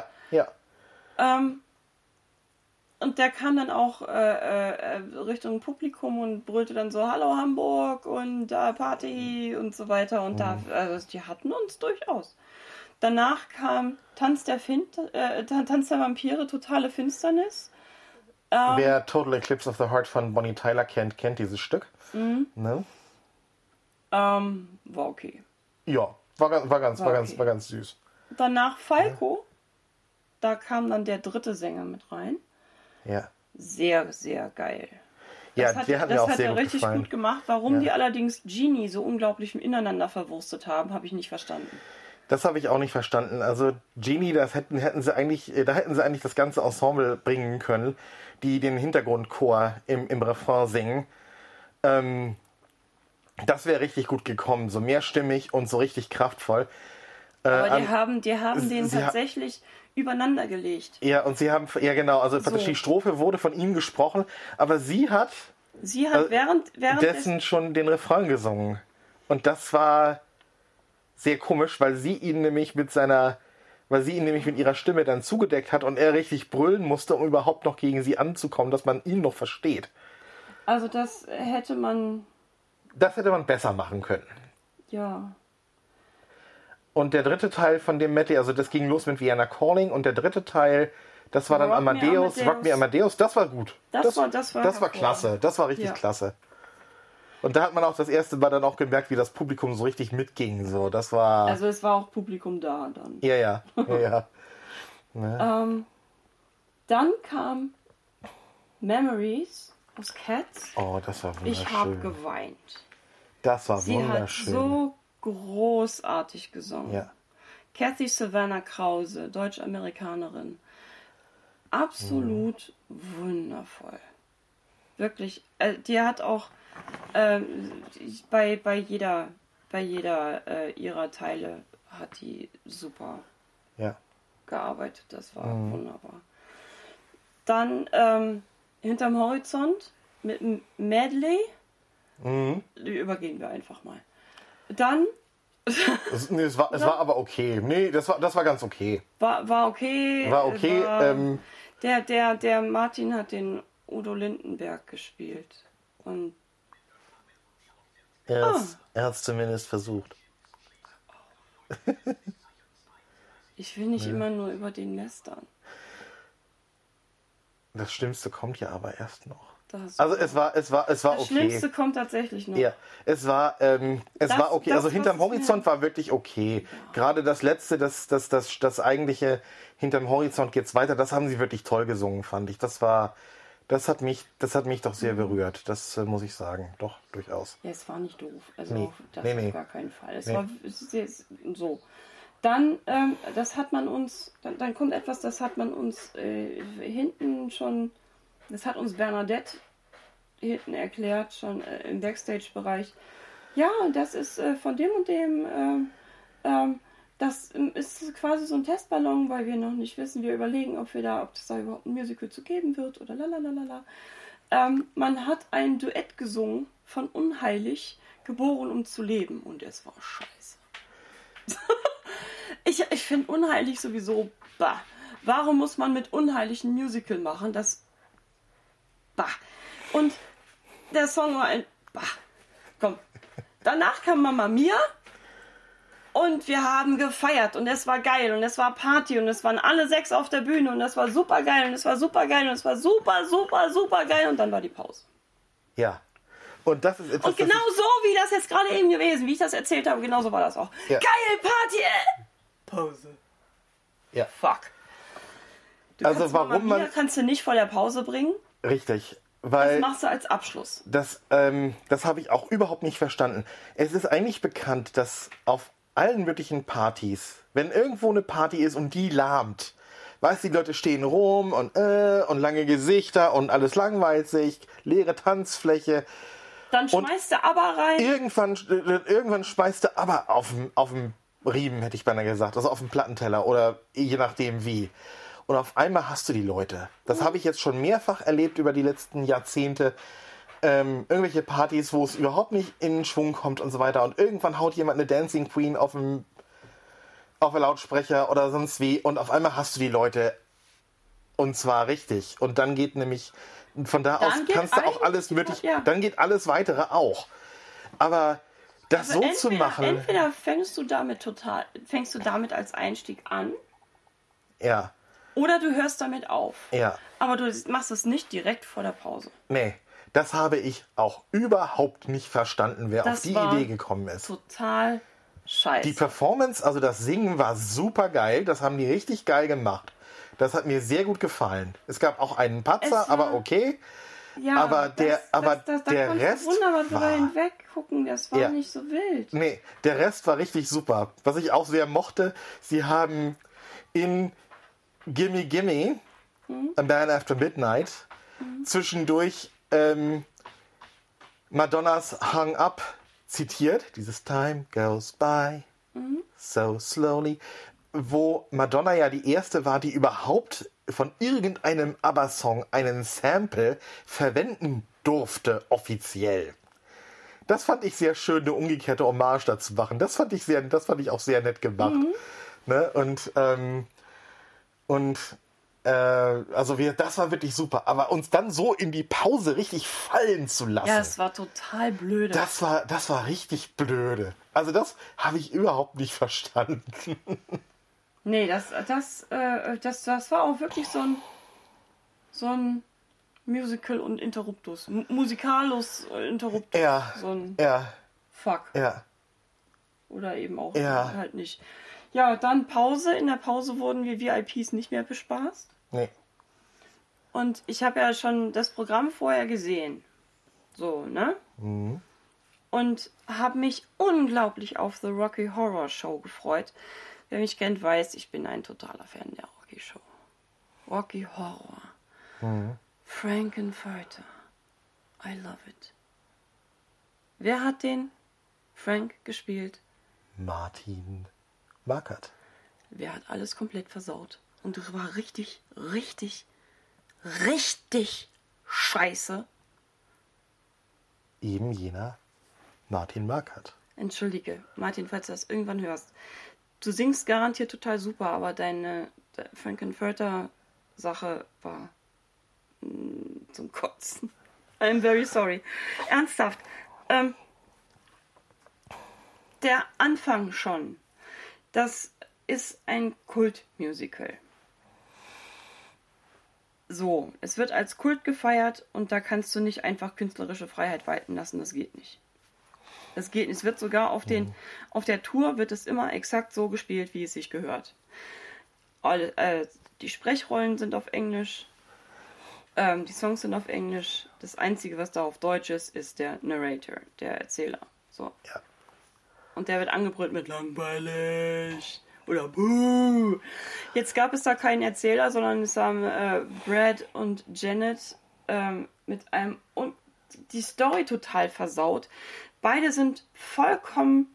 Speaker 1: Und der kam dann auch Richtung Publikum und brüllte dann so, Hallo Hamburg und Party und so weiter. Und die hatten uns durchaus. Danach kam Tanz der Vampire, totale Finsternis.
Speaker 2: Wer Total Eclipse of the Heart von Bonnie Tyler kennt dieses Stück. Mhm. Ne?
Speaker 1: War okay.
Speaker 2: Ja, war ganz süß.
Speaker 1: Danach Falco. Da kam dann der dritte Sänger mit rein.
Speaker 2: Ja.
Speaker 1: Sehr, sehr geil.
Speaker 2: Der hat mir auch sehr gut
Speaker 1: richtig
Speaker 2: gefallen.
Speaker 1: Gut gemacht. Warum die allerdings Genie so unglaublich ineinander verwurstet haben, habe ich nicht verstanden.
Speaker 2: Das habe ich auch nicht verstanden. Also Genie, da hätten sie eigentlich das ganze Ensemble bringen können, die den Hintergrundchor im Refrain singen. Das wäre richtig gut gekommen, so mehrstimmig und so richtig kraftvoll.
Speaker 1: Aber die haben den tatsächlich übereinander gelegt.
Speaker 2: Ja, und sie haben, ja genau, also so. Die Strophe wurde von ihm gesprochen, aber sie hat währenddessen schon den Refrain gesungen. Und das war sehr komisch, weil sie ihn nämlich mit ihrer Stimme dann zugedeckt hat und er richtig brüllen musste, um überhaupt noch gegen sie anzukommen, dass man ihn noch versteht.
Speaker 1: Also das hätte man
Speaker 2: besser machen können.
Speaker 1: Ja.
Speaker 2: Und der dritte Teil von dem Medley, also das ging los mit Vienna Calling und der dritte Teil, das war dann Rock Me Amadeus, das war gut. Das war klasse, das war richtig klasse. Und da hat man auch das erste Mal dann auch gemerkt, wie das Publikum so richtig mitging. So, das war...
Speaker 1: Also es war auch Publikum da dann.
Speaker 2: Ja. Ne?
Speaker 1: Dann kam Memories aus Cats.
Speaker 2: Oh, das war wunderschön.
Speaker 1: Ich habe geweint.
Speaker 2: Das war wunderschön.
Speaker 1: Sie hat so großartig gesungen.
Speaker 2: Ja.
Speaker 1: Kathy Savannah Krause, Deutsch-Amerikanerin. Absolut wundervoll. Wirklich. Die hat auch bei jeder ihrer Teile hat die super gearbeitet. Das war wunderbar. Dann Hinterm Horizont mit einem Medley. Die übergehen wir einfach mal. Dann...
Speaker 2: es war aber okay. Nee, das war ganz okay.
Speaker 1: War okay.
Speaker 2: War okay.
Speaker 1: Der Martin hat den Udo Lindenberg gespielt. Und
Speaker 2: er hat es zumindest versucht.
Speaker 1: ich will nicht immer nur über den lästern.
Speaker 2: Das Schlimmste kommt ja aber erst noch.
Speaker 1: Also
Speaker 2: es war
Speaker 1: das
Speaker 2: okay.
Speaker 1: Schlimmste kommt tatsächlich noch.
Speaker 2: Ja, es war okay. Also Hinterm Horizont war wirklich okay. Ja. Gerade das letzte, das eigentliche Hinterm Horizont geht's weiter, das haben sie wirklich toll gesungen, fand ich. Das hat mich doch sehr berührt. Das muss ich sagen. Doch, durchaus.
Speaker 1: Ja, es war nicht doof. Also
Speaker 2: nee.
Speaker 1: Auf gar keinen Fall. Es war so. Dann, dann kommt etwas, das hat man uns hinten schon, das hat uns Bernadette hinten erklärt, schon im Backstage-Bereich. Ja, das ist von dem und dem, das ist quasi so ein Testballon, weil wir noch nicht wissen, wir überlegen, ob es da überhaupt ein Musical zu geben wird oder lalalala. Man hat ein Duett gesungen von Unheilig, Geboren um zu leben, und es war scheiße. Ich finde Unheilig sowieso, bah. Warum muss man mit Unheilig ein Musical machen? Das, bah. Und der Song war ein, bah. Komm. Danach kam Mamma Mia und wir haben gefeiert und es war geil und es war Party und es waren alle 6 auf der Bühne und es war super geil und es war super geil und es war super, super, super geil und dann war die Pause.
Speaker 2: Ja. Und das ist etwas,
Speaker 1: und genau so, wie das jetzt gerade eben gewesen, wie ich das erzählt habe, genau so war das auch. Ja. Geil, Party! Pause.
Speaker 2: Ja.
Speaker 1: Fuck.
Speaker 2: Also warum
Speaker 1: kannst du nicht vor der Pause bringen?
Speaker 2: Richtig. Weil
Speaker 1: das machst du als Abschluss.
Speaker 2: Das habe ich auch überhaupt nicht verstanden. Es ist eigentlich bekannt, dass auf allen möglichen Partys, wenn irgendwo eine Party ist und die lahmt, weißt du, die Leute stehen rum und lange Gesichter und alles langweilt sich, leere Tanzfläche.
Speaker 1: Dann schmeißt du aber rein.
Speaker 2: Irgendwann schmeißt du aber auf dem Riemen, hätte ich beinahe gesagt, also auf dem Plattenteller oder je nachdem wie. Und auf einmal hast du die Leute. Das habe ich jetzt schon mehrfach erlebt über die letzten Jahrzehnte. Irgendwelche Partys, wo es überhaupt nicht in Schwung kommt und so weiter. Und irgendwann haut jemand eine Dancing Queen auf den Lautsprecher oder sonst wie. Und auf einmal hast du die Leute. Und zwar richtig. Und dann geht nämlich, von da aus kannst du auch alles möglich. Ja. Dann geht alles weitere auch. Aber das so zu machen.
Speaker 1: Entweder fängst du damit als Einstieg an.
Speaker 2: Ja.
Speaker 1: Oder du hörst damit auf.
Speaker 2: Ja.
Speaker 1: Aber du machst es nicht direkt vor der Pause.
Speaker 2: Nee, das habe ich auch überhaupt nicht verstanden, wer auf die Idee gekommen ist.
Speaker 1: Total scheiße.
Speaker 2: Die Performance, also das Singen war super geil. Das haben die richtig geil gemacht. Das hat mir sehr gut gefallen. Es gab auch einen Patzer, aber okay.
Speaker 1: Ja,
Speaker 2: aber der Rest
Speaker 1: wunderbar drüber hinweg gucken, das war nicht so wild.
Speaker 2: Nee, der Rest war richtig super. Was ich auch sehr mochte, sie haben in Gimme Gimme, A Man After Midnight, zwischendurch Madonnas Hung Up zitiert, dieses Time goes by so slowly, wo Madonna ja die erste war, die überhaupt von irgendeinem ABBA-Song einen Sample verwenden durfte, offiziell. Das fand ich sehr schön, eine umgekehrte Hommage dazu machen. Das fand ich auch sehr nett gemacht. Ne? Das war wirklich super. Aber uns dann so in die Pause richtig fallen zu lassen.
Speaker 1: Ja, das war total blöde.
Speaker 2: Das war richtig blöde. Also das habe ich überhaupt nicht verstanden.
Speaker 1: Nee, das war auch wirklich so ein Musical und Interruptus. Musikalus Interruptus.
Speaker 2: Ja.
Speaker 1: So ein Fuck.
Speaker 2: Ja.
Speaker 1: Oder eben auch halt nicht. Ja, dann Pause. In der Pause wurden wir VIPs nicht mehr bespaßt.
Speaker 2: Nee.
Speaker 1: Und ich habe ja schon das Programm vorher gesehen. So, ne?
Speaker 2: Mhm.
Speaker 1: Und habe mich unglaublich auf The Rocky Horror Show gefreut. Wer mich kennt, weiß, ich bin ein totaler Fan der Rocky Show. Rocky Horror. Frankenfurter. I love it. Wer hat den Frank gespielt?
Speaker 2: Martin Markert.
Speaker 1: Wer hat alles komplett versaut? Und es war richtig, richtig richtig scheiße?
Speaker 2: Eben jener Martin Markert.
Speaker 1: Entschuldige, Martin, falls du das irgendwann hörst. Du singst garantiert total super, aber deine Frankenfurter-Sache war zum Kotzen. I'm very sorry. Ernsthaft. Der Anfang schon. Das ist ein Kultmusical. So, es wird als Kult gefeiert und da kannst du nicht einfach künstlerische Freiheit walten lassen. Das geht nicht. Das geht nicht. Es wird sogar auf der Tour wird es immer exakt so gespielt, wie es sich gehört. Die Sprechrollen sind auf Englisch. Die Songs sind auf Englisch. Das Einzige, was da auf Deutsch ist der Narrator, der Erzähler. So.
Speaker 2: Ja.
Speaker 1: Und der wird angebrüllt mit langweilig oder buh. Jetzt gab es da keinen Erzähler, sondern es haben Brad und Janet mit einem und die Story total versaut. Beide sind vollkommen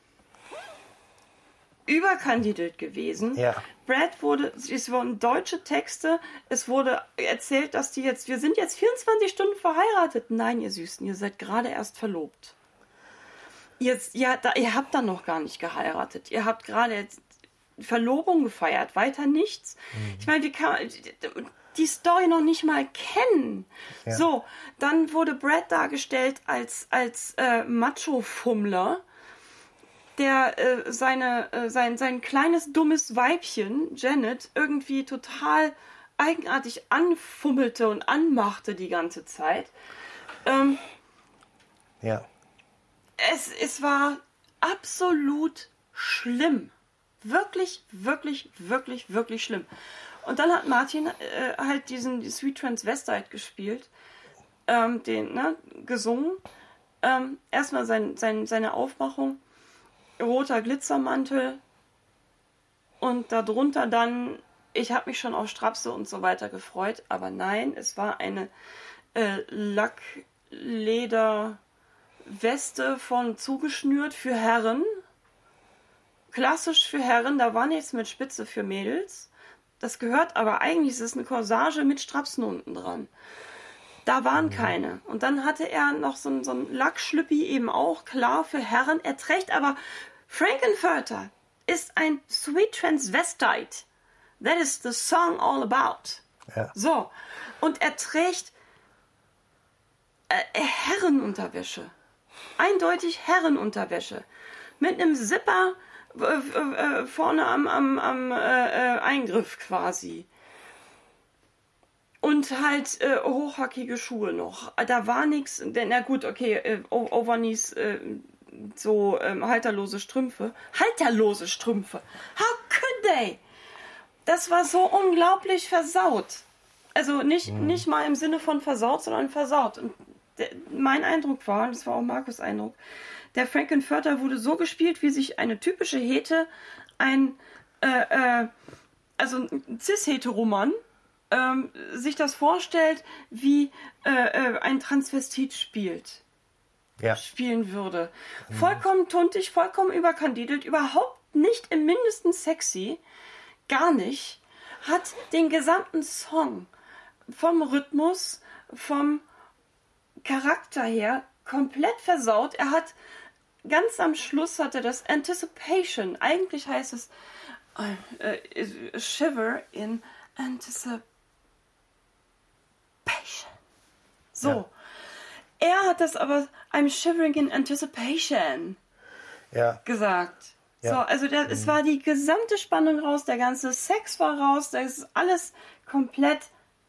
Speaker 1: überkandidelt gewesen.
Speaker 2: Ja.
Speaker 1: Es wurden deutsche Texte, es wurde erzählt, dass wir sind jetzt 24 Stunden verheiratet. Nein, ihr Süßen, ihr seid gerade erst verlobt. Ihr habt dann noch gar nicht geheiratet. Ihr habt gerade jetzt Verlobung gefeiert, weiter nichts. Ich meine, wie kann man die Story noch nicht mal kennen?
Speaker 2: Ja.
Speaker 1: So, dann wurde Brad dargestellt als Macho-Fummler, der sein kleines dummes Weibchen, Janet, irgendwie total eigenartig anfummelte und anmachte die ganze Zeit.
Speaker 2: Ja.
Speaker 1: Es war absolut schlimm. Wirklich, wirklich, wirklich, wirklich schlimm. Und dann hat Martin halt die Sweet Transvestite gespielt, gesungen. Erstmal seine Aufmachung, roter Glitzermantel und darunter dann, ich habe mich schon auf Strapse und so weiter gefreut, aber nein, es war eine Lackleder-Weste von zugeschnürt für Herren. Klassisch für Herren, da war nichts mit Spitze für Mädels. Das gehört aber eigentlich, es ist eine Corsage mit Strapsen unten dran. Da waren keine. Und dann hatte er noch so ein Lackschlüppi eben auch, klar für Herren. Er trägt aber, Frankenfurter ist ein Sweet Transvestite. That is the song all about.
Speaker 2: Ja.
Speaker 1: So, und er trägt Herrenunterwäsche. Eindeutig Herrenunterwäsche. Mit einem Zipper vorne am Eingriff quasi. Und halt hochhackige Schuhe noch. Da war nichts. Na gut, okay, Overknees, halterlose Strümpfe. Halterlose Strümpfe. How could they? Das war so unglaublich versaut. Also nicht mal im Sinne von versaut, sondern versaut. Und mein Eindruck war, und das war auch Markus' Eindruck, der Frankenfurter wurde so gespielt, wie sich eine typische Hete, ein Cis-Heteroman, sich das vorstellt, wie ein Transvestit spielen würde. Vollkommen tuntig, vollkommen überkandidelt, überhaupt nicht im Mindesten sexy, gar nicht, hat den gesamten Song vom Rhythmus, vom Charakter her komplett versaut. Er hat ganz am Schluss hatte das Anticipation. Eigentlich heißt es Shiver in Anticipation. So. Ja. Er hat das aber I'm shivering in anticipation gesagt. Ja. So, also es war die gesamte Spannung raus, der ganze Sex war raus, das ist alles komplett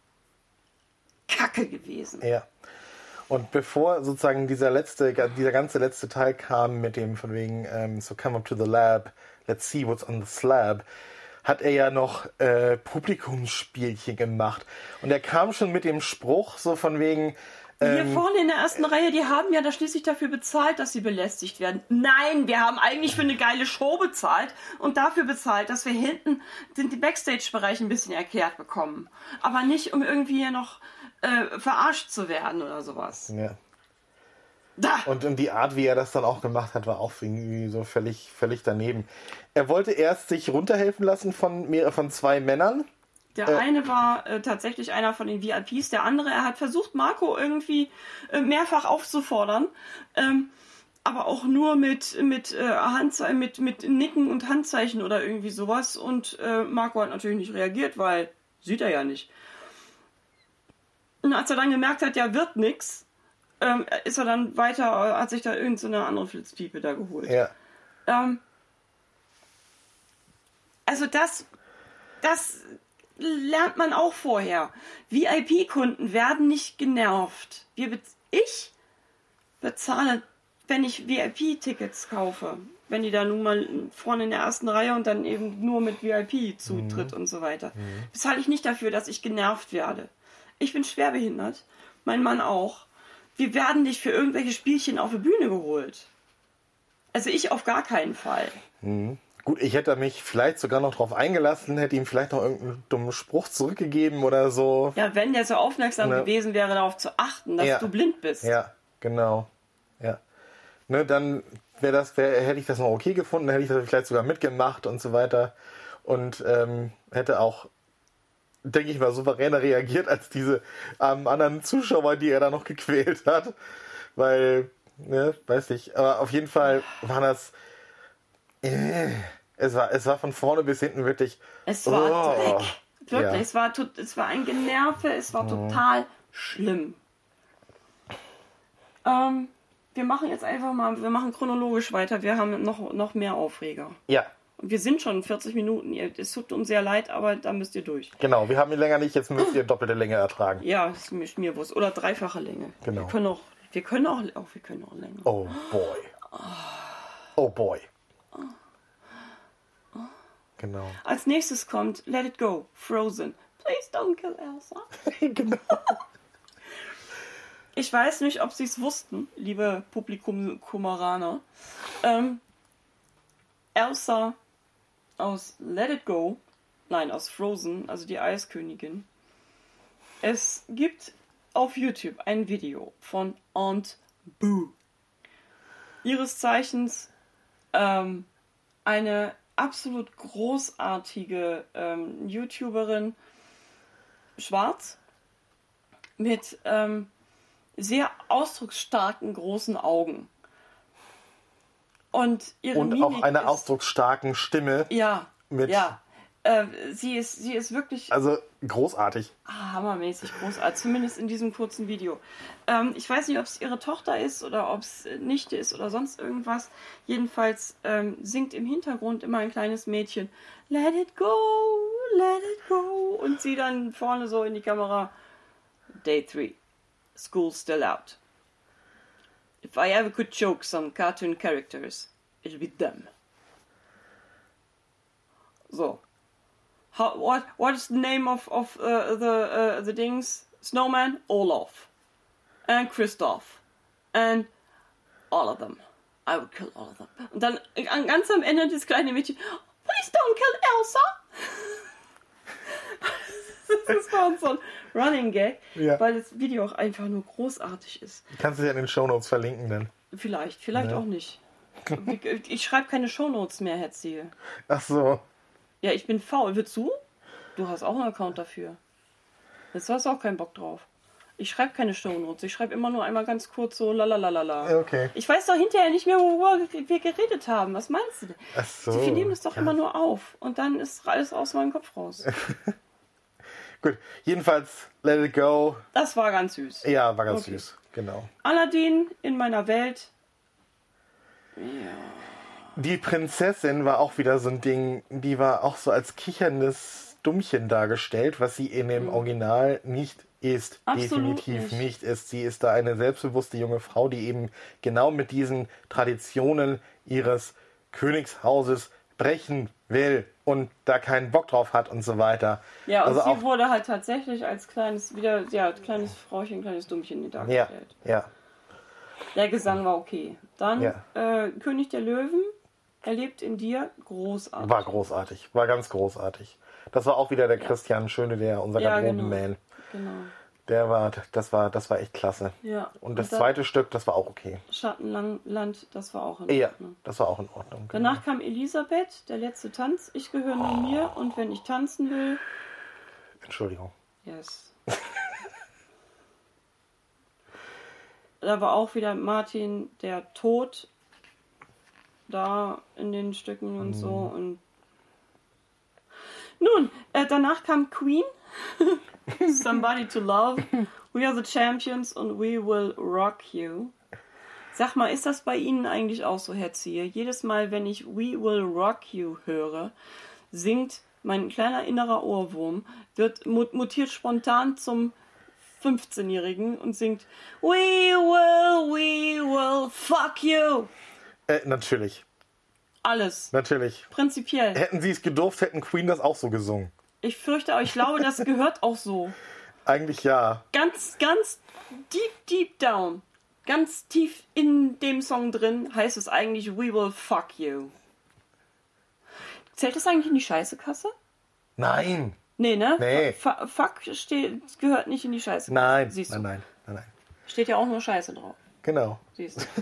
Speaker 1: Kacke gewesen.
Speaker 2: Ja. Und bevor sozusagen dieser ganze letzte Teil kam mit dem von wegen so come up to the lab, let's see what's on the slab, hat er ja noch Publikumsspielchen gemacht. Und er kam schon mit dem Spruch so von wegen
Speaker 1: hier vorne in der ersten Reihe, die haben ja da schließlich dafür bezahlt, dass sie belästigt werden. Nein, wir haben eigentlich für eine geile Show bezahlt und dafür bezahlt, dass wir hinten den Backstage-Bereich ein bisschen erklärt bekommen. Aber nicht, um irgendwie hier noch verarscht zu werden oder sowas.
Speaker 2: Ja. Und die Art, wie er das dann auch gemacht hat, war auch irgendwie so völlig daneben. Er wollte erst sich runterhelfen lassen von 2 Männern.
Speaker 1: Der eine war tatsächlich einer von den VIPs, der andere, er hat versucht, Marco irgendwie mehrfach aufzufordern, aber auch nur mit Nicken und Handzeichen oder irgendwie sowas. Und Marco hat natürlich nicht reagiert, weil sieht er ja nicht. Und als er dann gemerkt hat, ja, wird nix, ist er dann weiter, hat sich da irgendeine andere Flitzpiepe da geholt.
Speaker 2: Ja.
Speaker 1: Also das lernt man auch vorher. VIP-Kunden werden nicht genervt. Ich bezahle, wenn ich VIP-Tickets kaufe, wenn die da nun mal vorne in der ersten Reihe und dann eben nur mit VIP-Zutritt und so weiter, bezahle ich nicht dafür, dass ich genervt werde. Ich bin schwerbehindert, mein Mann auch. Wir werden nicht für irgendwelche Spielchen auf die Bühne geholt. Also ich auf gar keinen Fall.
Speaker 2: Gut, ich hätte mich vielleicht sogar noch drauf eingelassen, hätte ihm vielleicht noch irgendeinen dummen Spruch zurückgegeben oder so.
Speaker 1: Ja, wenn der so aufmerksam gewesen wäre, darauf zu achten, dass du blind bist.
Speaker 2: Ja, genau. Ja. Ne, dann hätte ich das noch okay gefunden, hätte ich das vielleicht sogar mitgemacht und so weiter. Und hätte auch, denke ich mal, souveräner reagiert als diese anderen Zuschauer, die er da noch gequält hat. Weil, ne, weiß ich. Aber auf jeden Fall war das... Es war von vorne bis hinten wirklich...
Speaker 1: Es war Dreck. Wirklich, ja. Es war ein Generve, es war total schlimm. Wir machen jetzt einfach mal, wir machen chronologisch weiter, wir haben noch mehr Aufreger.
Speaker 2: Ja.
Speaker 1: Und wir sind schon 40 Minuten, es tut uns sehr leid, aber da müsst ihr durch.
Speaker 2: Genau, wir haben ihn länger nicht, jetzt müsst ihr doppelte Länge ertragen.
Speaker 1: Ja, das ist mir bewusst. Oder dreifache Länge.
Speaker 2: Genau.
Speaker 1: Wir können auch länger.
Speaker 2: Oh boy. Oh boy. Genau.
Speaker 1: Als nächstes kommt Let It Go, Frozen. Please don't kill Elsa.
Speaker 2: Genau.
Speaker 1: Ich weiß nicht, ob Sie es wussten, liebe Publikumeraner. Elsa aus Let It Go, nein, aus Frozen, also die Eiskönigin. Es gibt auf YouTube ein Video von Aunt Boo. Ihres Zeichens eine absolut großartige YouTuberin, schwarz, mit sehr ausdrucksstarken großen Augen. Und ihre Mimik
Speaker 2: auch einer ausdrucksstarken Stimme.
Speaker 1: Ja,
Speaker 2: mit
Speaker 1: ja. Sie ist wirklich...
Speaker 2: Also großartig.
Speaker 1: Hammermäßig großartig, zumindest in diesem kurzen Video. Ich weiß nicht, ob es ihre Tochter ist oder ob es Nichte ist oder sonst irgendwas. Jedenfalls singt im Hintergrund immer ein kleines Mädchen Let it go, let it go. Und sie dann vorne so in die Kamera Day 3, School's still out. If I ever could choke some cartoon characters, it'll be them. So. What is the name of the Dings? Snowman? Olaf. And Kristoff. And all of them. I would kill all of them. Und dann ganz am Ende das kleine Mädchen, please don't kill Elsa. Das war so ein Running Gag, weil das Video auch einfach nur großartig ist.
Speaker 2: Kannst du ja in den Shownotes verlinken dann.
Speaker 1: Vielleicht auch nicht. Ich schreibe keine Shownotes mehr, Herr Ziel.
Speaker 2: Ach so.
Speaker 1: Ja, ich bin faul. Willst du? Du hast auch einen Account dafür. Jetzt hast du auch keinen Bock drauf. Ich schreibe keine Shownotes. Ich schreibe immer nur einmal ganz kurz so lalalala.
Speaker 2: Okay.
Speaker 1: Ich weiß doch hinterher nicht mehr, worüber wir geredet haben. Was meinst du denn?
Speaker 2: Ach so.
Speaker 1: Wir nehmen es doch immer nur auf. Und dann ist alles aus meinem Kopf raus.
Speaker 2: Gut. Jedenfalls, Let It Go.
Speaker 1: Das war ganz süß.
Speaker 2: Ja, war ganz süß. Genau.
Speaker 1: Aladdin in meiner Welt. Ja.
Speaker 2: Die Prinzessin war auch wieder so ein Ding, die war auch so als kicherndes Dummchen dargestellt, was sie in dem Original nicht ist.
Speaker 1: Absolut
Speaker 2: definitiv nicht ist. Sie ist da eine selbstbewusste junge Frau, die eben genau mit diesen Traditionen ihres Königshauses brechen will und da keinen Bock drauf hat und so weiter.
Speaker 1: Ja, und
Speaker 2: also
Speaker 1: sie wurde halt tatsächlich als kleines Frauchen, kleines Dummchen dargestellt.
Speaker 2: Ja.
Speaker 1: Der Gesang war okay. Dann König der Löwen. Er lebt in dir, großartig.
Speaker 2: War großartig, war ganz großartig. Das war auch wieder der Christian Schöne, unser Garderobenman.
Speaker 1: Genau.
Speaker 2: Das war echt klasse.
Speaker 1: Ja.
Speaker 2: Und das zweite Stück, das war auch okay.
Speaker 1: Schattenland, das war auch in Ordnung.
Speaker 2: Ja, das war auch in Ordnung.
Speaker 1: Danach kam Elisabeth, der letzte Tanz. Ich gehöre nur mir und wenn ich tanzen will,
Speaker 2: Entschuldigung.
Speaker 1: Yes. Da war auch wieder Martin der Tod da in den Stücken und so. Und nun, danach kam Queen. Somebody to Love. We are the champions and we will rock you. Sag mal, ist das bei Ihnen eigentlich auch so, Herr Zier? Jedes Mal, wenn ich We will rock you höre, singt mein kleiner innerer Ohrwurm, mutiert spontan zum 15-Jährigen und singt we will fuck you.
Speaker 2: Natürlich.
Speaker 1: Alles.
Speaker 2: Natürlich.
Speaker 1: Prinzipiell.
Speaker 2: Hätten sie es gedurft, hätten Queen das auch so gesungen.
Speaker 1: Ich fürchte, aber ich glaube, das gehört auch so.
Speaker 2: Eigentlich ja.
Speaker 1: Ganz deep down. Ganz tief in dem Song drin heißt es eigentlich We will fuck you. Zählt das eigentlich in die Scheißekasse?
Speaker 2: Nein.
Speaker 1: Nee, ne?
Speaker 2: Nee.
Speaker 1: Fuck gehört nicht in die Scheißekasse.
Speaker 2: Nein.
Speaker 1: Siehst du.
Speaker 2: Nein.
Speaker 1: Steht ja auch nur Scheiße drauf.
Speaker 2: Genau.
Speaker 1: Siehst du.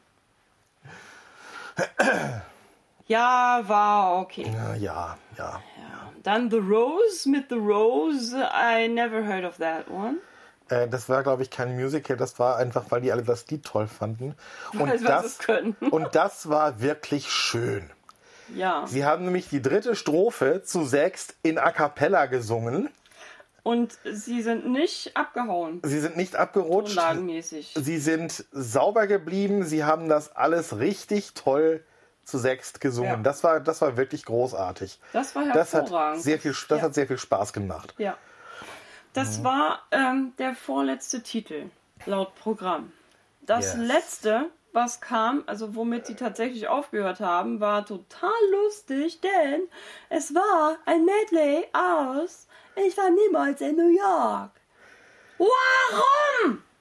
Speaker 1: Ja, war okay.
Speaker 2: Ja.
Speaker 1: Dann The Rose mit The Rose. I never heard of that one.
Speaker 2: Das war, glaube ich, kein Musical. Das war einfach, weil die alle das Lied toll fanden.
Speaker 1: Weil sie es können.
Speaker 2: Und das war wirklich schön.
Speaker 1: Ja.
Speaker 2: Sie haben nämlich die 3. Strophe zu 6 in A Cappella gesungen.
Speaker 1: Und sie sind nicht abgehauen.
Speaker 2: Sie sind nicht abgerutscht.
Speaker 1: Tonlagenmäßig.
Speaker 2: Sie sind sauber geblieben. Sie haben das alles richtig toll zu 6 gesungen.
Speaker 1: Ja.
Speaker 2: Das war wirklich großartig.
Speaker 1: Das war
Speaker 2: Das
Speaker 1: hervorragend.
Speaker 2: hat sehr viel Spaß gemacht.
Speaker 1: Ja. Das war der vorletzte Titel, laut Programm. Das letzte, was kam, also womit sie tatsächlich aufgehört haben, war total lustig, denn es war ein Medley aus Ich war niemals in New York. Warum?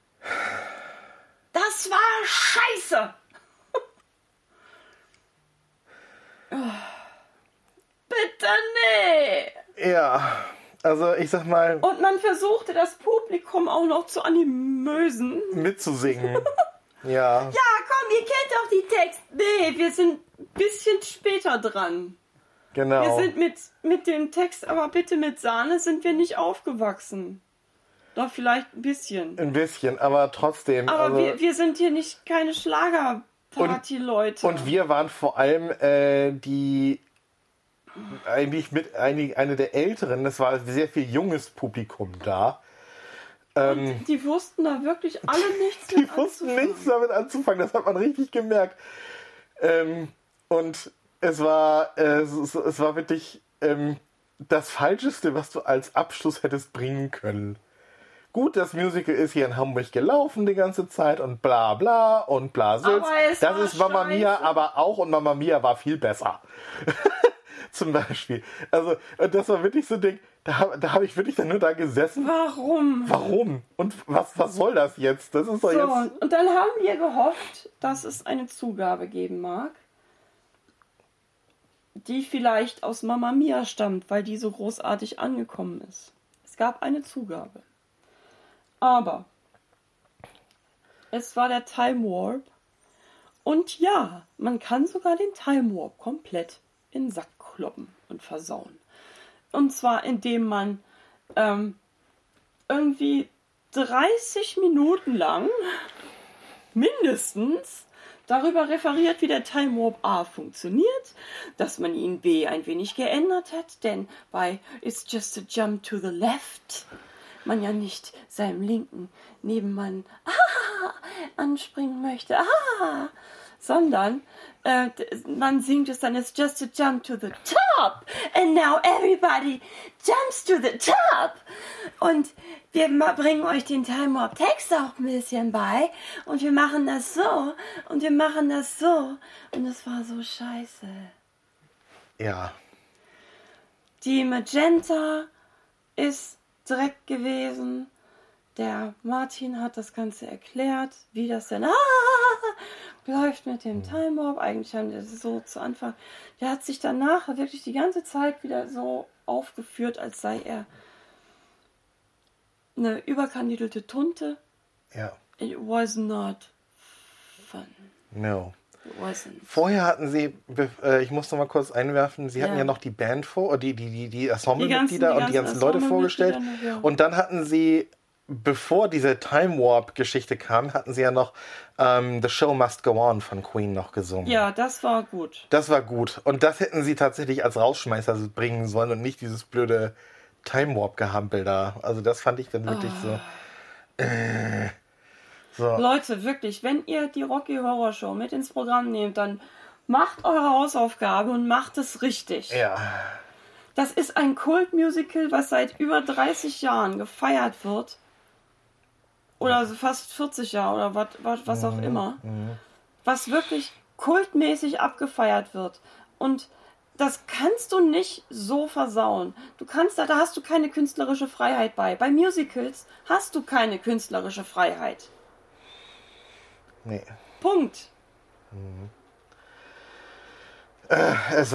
Speaker 1: Das war scheiße. Bitte nee.
Speaker 2: Ja, also ich sag mal...
Speaker 1: Und man versuchte das Publikum auch noch zu animösen.
Speaker 2: Mitzusingen. Ja.
Speaker 1: Ja, komm, ihr kennt doch die Texte. Nee, wir sind ein bisschen später dran.
Speaker 2: Genau.
Speaker 1: Wir sind mit dem Text, aber bitte mit Sahne sind wir nicht aufgewachsen. Doch vielleicht ein bisschen.
Speaker 2: Ein bisschen, aber trotzdem.
Speaker 1: Aber also, wir sind hier nicht keine Schlagerparty-Leute.
Speaker 2: Und wir waren vor allem eine der Älteren. Es war sehr viel junges Publikum da.
Speaker 1: Und die wussten da wirklich alle nichts
Speaker 2: Die wussten nichts damit anzufangen, das hat man richtig gemerkt. Und es war wirklich das Falscheste, was du als Abschluss hättest bringen können. Gut, das Musical ist hier in Hamburg gelaufen die ganze Zeit und bla bla und bla Sülz. Das ist Mamma Mia aber auch und Mamma Mia war viel besser. Zum Beispiel. Also, das war wirklich so ein Ding, da hab ich wirklich dann nur da gesessen. Warum? Und was soll das jetzt? Das ist doch jetzt...
Speaker 1: Und dann haben wir gehofft, dass es eine Zugabe geben mag, die vielleicht aus Mamma Mia stammt, weil die so großartig angekommen ist. Es gab eine Zugabe. Aber es war der Time Warp. Und ja, man kann sogar den Time Warp komplett in den Sack kloppen und versauen. Und zwar indem man irgendwie 30 Minuten lang mindestens darüber referiert, wie der Time Warp A funktioniert, dass man ihn B ein wenig geändert hat, denn bei It's Just a Jump to the Left man ja nicht seinem linken Nebenmann anspringen möchte, sondern man singt es dann, it's just a jump to the top and now everybody jumps to the top und wir bringen euch den Time Warp Text auch ein bisschen bei und wir machen das so und wir machen das so und es war so scheiße.
Speaker 2: Ja.
Speaker 1: Die Magenta ist direkt gewesen. Der Martin hat das Ganze erklärt, wie das denn läuft mit dem Time Warp. Eigentlich haben wir das so zu Anfang. Der hat sich danach wirklich die ganze Zeit wieder so aufgeführt, als sei er eine überkandidelte Tunte.
Speaker 2: Ja.
Speaker 1: It was not fun.
Speaker 2: No. Vorher hatten sie, ich muss noch mal kurz einwerfen, sie hatten ja noch die Band die Ensemble-Mitglieder und die ganzen Leute vorgestellt. Ja. Und dann hatten sie, bevor diese Time Warp-Geschichte kam, hatten sie ja noch The Show Must Go On von Queen noch gesungen.
Speaker 1: Ja, das war gut.
Speaker 2: Das war gut. Und das hätten sie tatsächlich als Rausschmeißer bringen sollen und nicht dieses blöde Time Warp-Gehampel da. Also das fand ich dann wirklich so.
Speaker 1: Leute, wirklich, wenn ihr die Rocky Horror Show mit ins Programm nehmt, dann macht eure Hausaufgabe und macht es richtig.
Speaker 2: Ja.
Speaker 1: Das ist ein Kult-Musical, was seit über 30 Jahren gefeiert wird. Oder fast 40 Jahre oder was auch immer. Was wirklich kultmäßig abgefeiert wird. Und das kannst du nicht so versauen. Da hast du keine künstlerische Freiheit bei. Bei Musicals hast du keine künstlerische Freiheit.
Speaker 2: Nee.
Speaker 1: Punkt.
Speaker 2: Es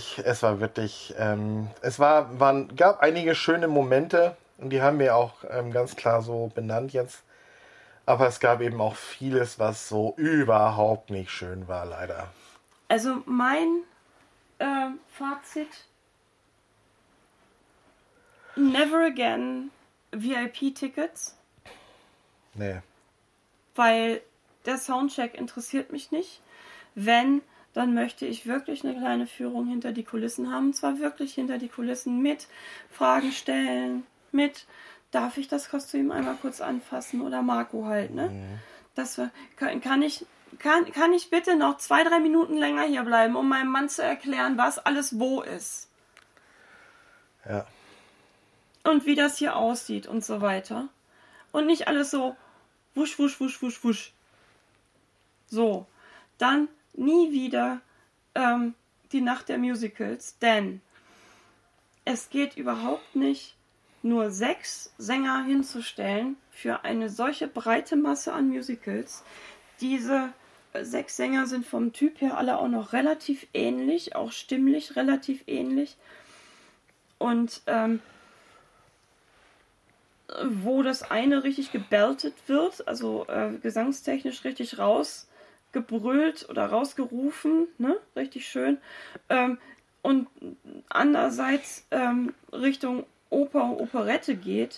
Speaker 2: gab einige schöne Momente und die haben wir auch ganz klar so benannt jetzt. Aber es gab eben auch vieles, was so überhaupt nicht schön war, leider.
Speaker 1: Also mein Fazit: Never again VIP-Tickets.
Speaker 2: Nee.
Speaker 1: Weil der Soundcheck interessiert mich nicht. Wenn, dann möchte ich wirklich eine kleine Führung hinter die Kulissen haben. Und zwar wirklich hinter die Kulissen mit Fragen stellen, darf ich das Kostüm einmal kurz anfassen oder Marco halt, ne? Das kann ich bitte noch 2-3 Minuten länger hier bleiben, um meinem Mann zu erklären, was alles wo ist.
Speaker 2: Ja.
Speaker 1: Und wie das hier aussieht und so weiter. Und nicht alles so wusch, wusch, wusch, wusch, wusch. So, dann nie wieder die Nacht der Musicals, denn es geht überhaupt nicht, nur 6 Sänger hinzustellen für eine solche breite Masse an Musicals. Diese 6 Sänger sind vom Typ her alle auch noch relativ ähnlich, auch stimmlich relativ ähnlich. Und wo das eine richtig gebeltet wird, also gesangstechnisch richtig rausgebrüllt oder rausgerufen, ne? Richtig schön. Und andererseits Richtung Oper, Operette geht.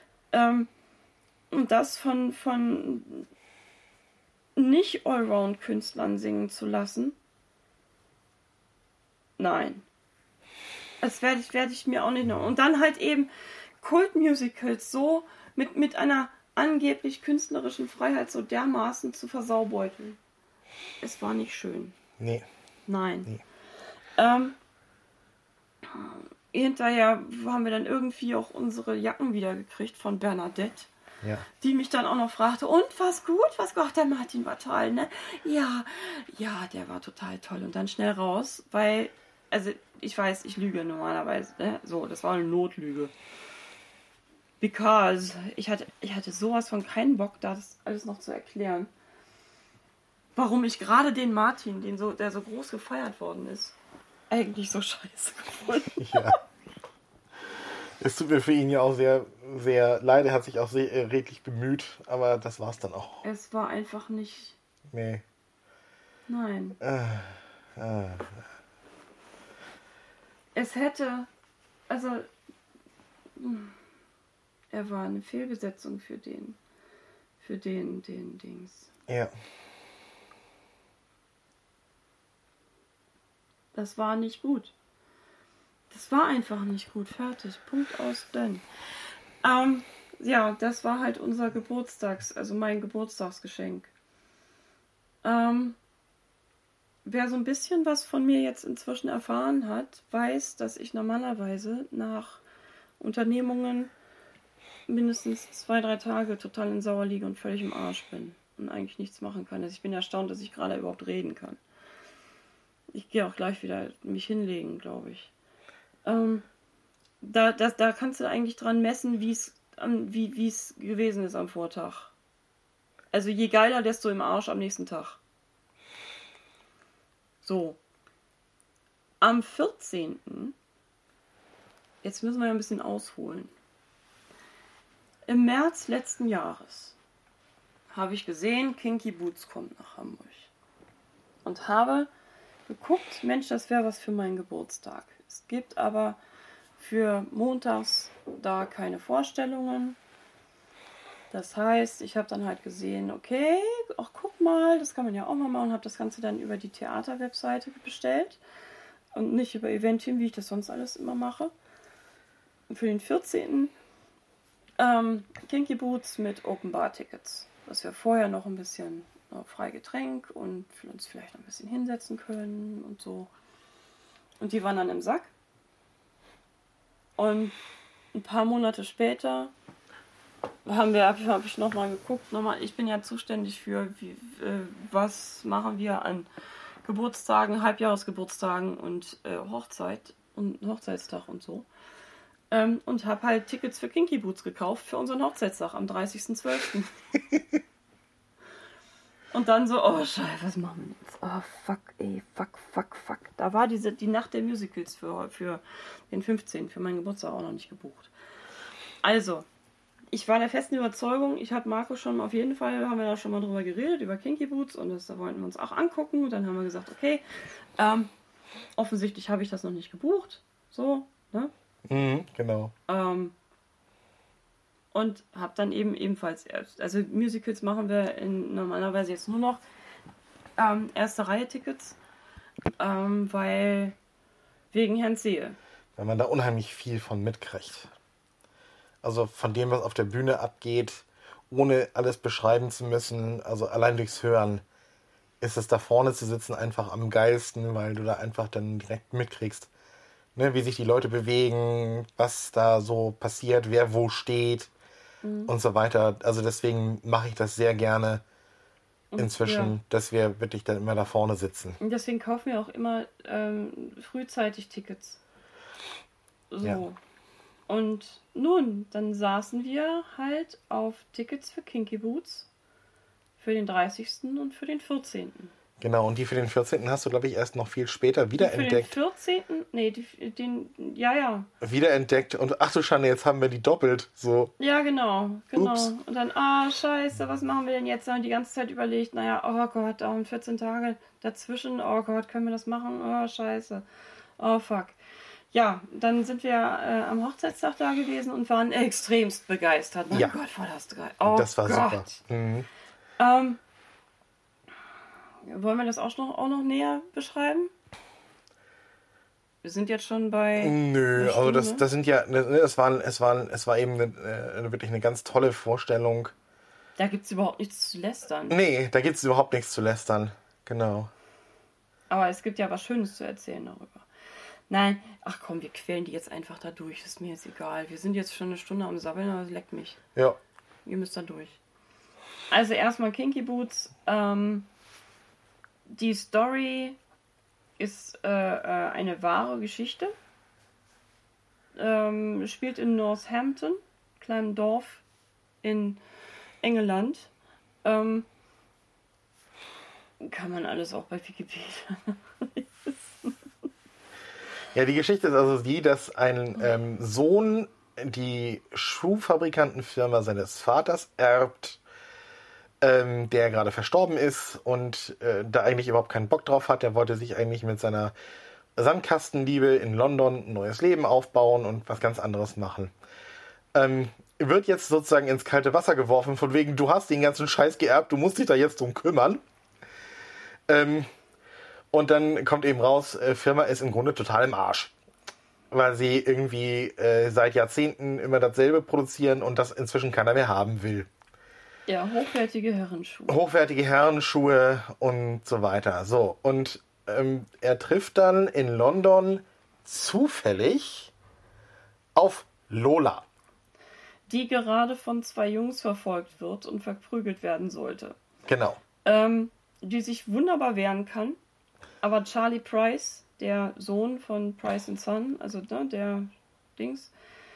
Speaker 1: Und das von nicht Allround-Künstlern singen zu lassen. Nein. Das werde ich mir auch nicht noch. Und dann halt eben Kultmusicals so mit einer angeblich künstlerischen Freiheit so dermaßen zu versaubeuteln. Es war nicht schön.
Speaker 2: Nee.
Speaker 1: Nein.
Speaker 2: Nee.
Speaker 1: Hinterher haben wir dann irgendwie auch unsere Jacken wiedergekriegt von Bernadette.
Speaker 2: Ja.
Speaker 1: Die mich dann auch noch fragte, und was gut? Ach, der Martin war toll, ne? Ja, der war total toll. Und dann schnell raus, weil, also ich weiß, ich lüge normalerweise, ne? So, das war eine Notlüge. Because ich hatte sowas von keinen Bock, das alles noch zu erklären. Warum ich gerade den Martin, der so groß gefeiert worden ist, eigentlich so scheiße gefunden.
Speaker 2: Ja. Es tut mir für ihn ja auch sehr, sehr leid. Er hat sich auch sehr redlich bemüht, aber das war's dann auch.
Speaker 1: Es war einfach nicht...
Speaker 2: Nee.
Speaker 1: Nein. Es hätte... Also... Er war eine Fehlbesetzung für den Dings.
Speaker 2: Ja.
Speaker 1: Das war nicht gut. Das war einfach nicht gut. Fertig. Punkt aus, done. Ja, das war halt unser mein Geburtstagsgeschenk. Wer so ein bisschen was von mir jetzt inzwischen erfahren hat, weiß, dass ich normalerweise nach Unternehmungen mindestens 2-3 Tage total in Sauer liege und völlig im Arsch bin und eigentlich nichts machen kann. Also ich bin erstaunt, dass ich gerade überhaupt reden kann. Ich gehe auch gleich wieder mich hinlegen, glaube ich. Da kannst du eigentlich dran messen, wie es gewesen ist am Vortag. Also je geiler, desto im Arsch am nächsten Tag. So. Am 14. Jetzt müssen wir ja ein bisschen ausholen. Im März letzten Jahres habe ich gesehen, Kinky Boots kommt nach Hamburg. und habe geguckt, Mensch, das wäre was für meinen Geburtstag. Es gibt aber für montags da keine Vorstellungen. Das heißt, ich habe dann halt gesehen, okay, ach guck mal, das kann man ja auch mal machen, und habe das Ganze dann über die Theater-Webseite bestellt und nicht über Eventim, wie ich das sonst alles immer mache. Und für den 14. Kinky Boots mit Open Bar Tickets, dass wir vorher noch ein bisschen frei Getränk und uns vielleicht noch ein bisschen hinsetzen können und so. Und die waren dann im Sack. Und ein paar Monate später habe ich nochmal geguckt. Ich bin ja zuständig für, was machen wir an Geburtstagen, Halbjahresgeburtstagen und Hochzeit und Hochzeitstag und so. Und habe halt Tickets für Kinky Boots gekauft für unseren Hochzeitstag am 30.12. Und dann so, oh Scheiße, was machen wir jetzt? Oh fuck, ey, fuck. Da war die Nacht der Musicals für den 15. für meinen Geburtstag auch noch nicht gebucht. Also, ich war der festen Überzeugung, ich habe Marco schon auf jeden Fall, haben wir da schon mal drüber geredet, über Kinky Boots, und da wollten wir uns auch angucken. Und dann haben wir gesagt, okay, offensichtlich habe ich das noch nicht gebucht. So, ne?
Speaker 2: Genau.
Speaker 1: Und habe dann ebenfalls, also Musicals machen wir normalerweise jetzt nur noch erste Reihe Tickets, weil wegen Herrn Sehe.
Speaker 2: Weil man da unheimlich viel von mitkriegt. Also von dem, was auf der Bühne abgeht, ohne alles beschreiben zu müssen, also allein durchs Hören, ist es da vorne zu sitzen einfach am geilsten, weil du da einfach dann direkt mitkriegst, ne, wie sich die Leute bewegen, was da so passiert, wer wo steht und so weiter. Also deswegen mache ich das sehr gerne inzwischen, dass wir wirklich dann immer da vorne sitzen.
Speaker 1: Und deswegen kaufen wir auch immer frühzeitig Tickets. So. Ja. Und nun, dann saßen wir halt auf Tickets für Kinky Boots für den 30. und für den 14.
Speaker 2: Genau, und die für den 14. hast du, glaube ich, erst noch viel später wiederentdeckt.
Speaker 1: Für den 14. Nee, ja.
Speaker 2: Wiederentdeckt und ach du Schande, jetzt haben wir die doppelt. So.
Speaker 1: Ja, genau.
Speaker 2: Ups.
Speaker 1: Und dann, scheiße, was machen wir denn jetzt? Dann die ganze Zeit überlegt, naja, oh Gott, 14 Tage dazwischen, oh Gott, können wir das machen? Oh, scheiße. Oh, fuck. Ja, dann sind wir am Hochzeitstag da gewesen und waren extremst begeistert. Mein Gott, war das geil. Oh,
Speaker 2: das war
Speaker 1: Gott.
Speaker 2: Super. Mhm.
Speaker 1: Wollen wir das auch noch näher beschreiben? Wir sind jetzt schon bei...
Speaker 2: Nö, also das sind ja... Es war eben wirklich eine ganz tolle Vorstellung.
Speaker 1: Da gibt es überhaupt nichts zu lästern.
Speaker 2: Nee, da gibt es überhaupt nichts zu lästern. Genau.
Speaker 1: Aber es gibt ja was Schönes zu erzählen darüber. Nein, ach komm, wir quälen die jetzt einfach da durch. Ist mir jetzt egal. Wir sind jetzt schon eine Stunde am Sabbeln, aber es leckt mich.
Speaker 2: Ja.
Speaker 1: Ihr müsst da durch. Also erstmal Kinky Boots. Die Story ist eine wahre Geschichte. Spielt in Northampton, kleinem Dorf in England. Kann man alles auch bei Wikipedia.
Speaker 2: Ja, die Geschichte ist also die, dass ein Sohn die Schuhfabrikantenfirma seines Vaters erbt, der gerade verstorben ist und da eigentlich überhaupt keinen Bock drauf hat. Der wollte sich eigentlich mit seiner Sandkastenliebe in London ein neues Leben aufbauen und was ganz anderes machen. Wird jetzt sozusagen ins kalte Wasser geworfen, von wegen, du hast den ganzen Scheiß geerbt, du musst dich da jetzt drum kümmern. Und dann kommt eben raus, Firma ist im Grunde total im Arsch. Weil sie irgendwie seit Jahrzehnten immer dasselbe produzieren und das inzwischen keiner mehr haben will.
Speaker 1: Ja, hochwertige Herrenschuhe.
Speaker 2: Hochwertige Herrenschuhe und so weiter. So, und er trifft dann in London zufällig auf Lola.
Speaker 1: Die gerade von zwei Jungs verfolgt wird und verprügelt werden sollte.
Speaker 2: Genau.
Speaker 1: Die sich wunderbar wehren kann. Aber Charlie Price, der Sohn von Price & Son, also der Dings,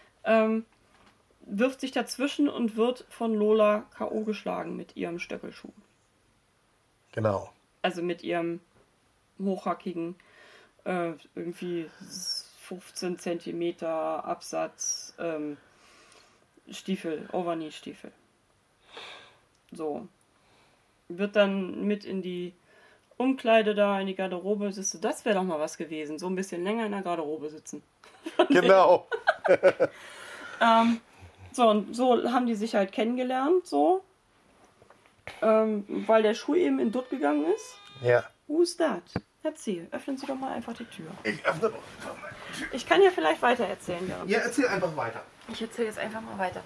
Speaker 1: wirft sich dazwischen und wird von Lola K.O. geschlagen mit ihrem Stöckelschuh.
Speaker 2: Genau.
Speaker 1: Also mit ihrem hochhackigen, irgendwie 15 Zentimeter Absatz Stiefel, Overknee-Stiefel. So. Wird dann mit in die Umkleide da in die Garderobe. Siehst du, das wäre doch mal was gewesen. So ein bisschen länger in der Garderobe sitzen.
Speaker 2: Genau.
Speaker 1: So, und so haben die sich halt kennengelernt, so. Weil der Schuh eben in Dutt gegangen ist.
Speaker 2: Ja.
Speaker 1: Who's that? Erzähl, öffnen Sie doch mal einfach die Tür.
Speaker 2: Ich öffne doch einfach mal die Tür.
Speaker 1: Ich kann ja vielleicht weiter erzählen.
Speaker 2: Ja, erzähl einfach weiter.
Speaker 1: Ich erzähle jetzt einfach mal weiter.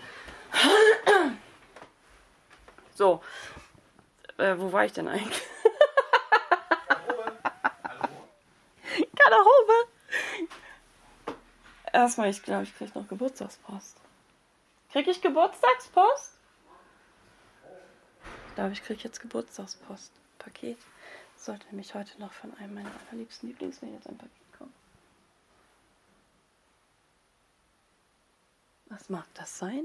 Speaker 1: So, wo war ich denn eigentlich? Garderobe. Erstmal, ich glaube, ich kriege noch Geburtstagspost. Kriege ich Geburtstagspost? Ich glaube, ich kriege jetzt Geburtstagspost. Paket. Sollte nämlich heute noch von einem meiner allerliebsten Lieblingsmädels ein Paket kommen. Was mag das sein?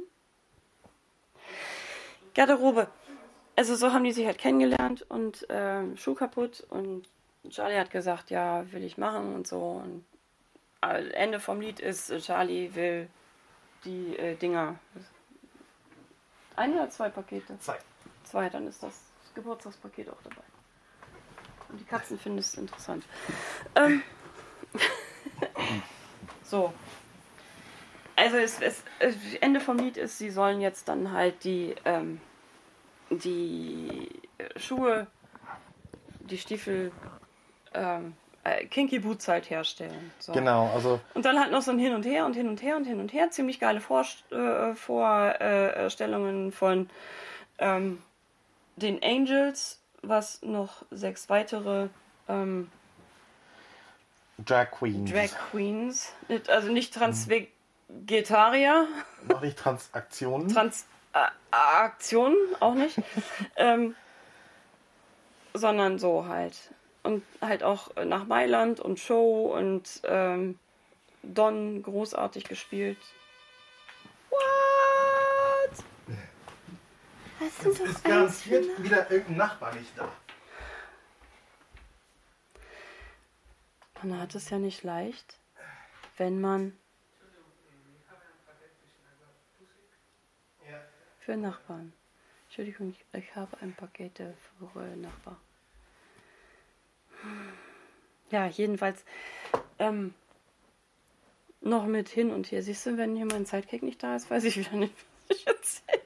Speaker 1: Garderobe. Also so haben die sich halt kennengelernt und Schuh kaputt und Charlie hat gesagt, ja, will ich machen und so. Und Ende vom Lied ist, Charlie will die Dinger. Ein oder zwei Pakete? Zwei, dann ist das Geburtstagspaket auch dabei. Und die Katzen finden es interessant. So. Also Ende vom Lied ist, sie sollen jetzt dann halt die Schuhe, die Stiefel, Kinky Boots halt herstellen. So.
Speaker 2: Genau, also.
Speaker 1: Und dann halt noch so ein Hin und Her und Hin und Her und Hin und Her. Ziemlich geile Vorstellungen von den Angels, was noch 6 weitere
Speaker 2: Drag Queens.
Speaker 1: Also nicht Transvegetarier.
Speaker 2: Noch nicht Transaktionen.
Speaker 1: Aktionen auch nicht. Sondern so halt. Und halt auch nach Mailand und Show und Don großartig gespielt. What? Was sind das
Speaker 2: ist garantiert wieder irgendein Nachbar nicht da.
Speaker 1: Man hat es ja nicht leicht, wenn man für Nachbarn. Entschuldigung, ich habe ein Paket für Nachbar. Ja, jedenfalls noch mit hin und her. Siehst du, wenn hier mein Sidekick nicht da ist, weiß ich wieder nicht, was ich erzähle.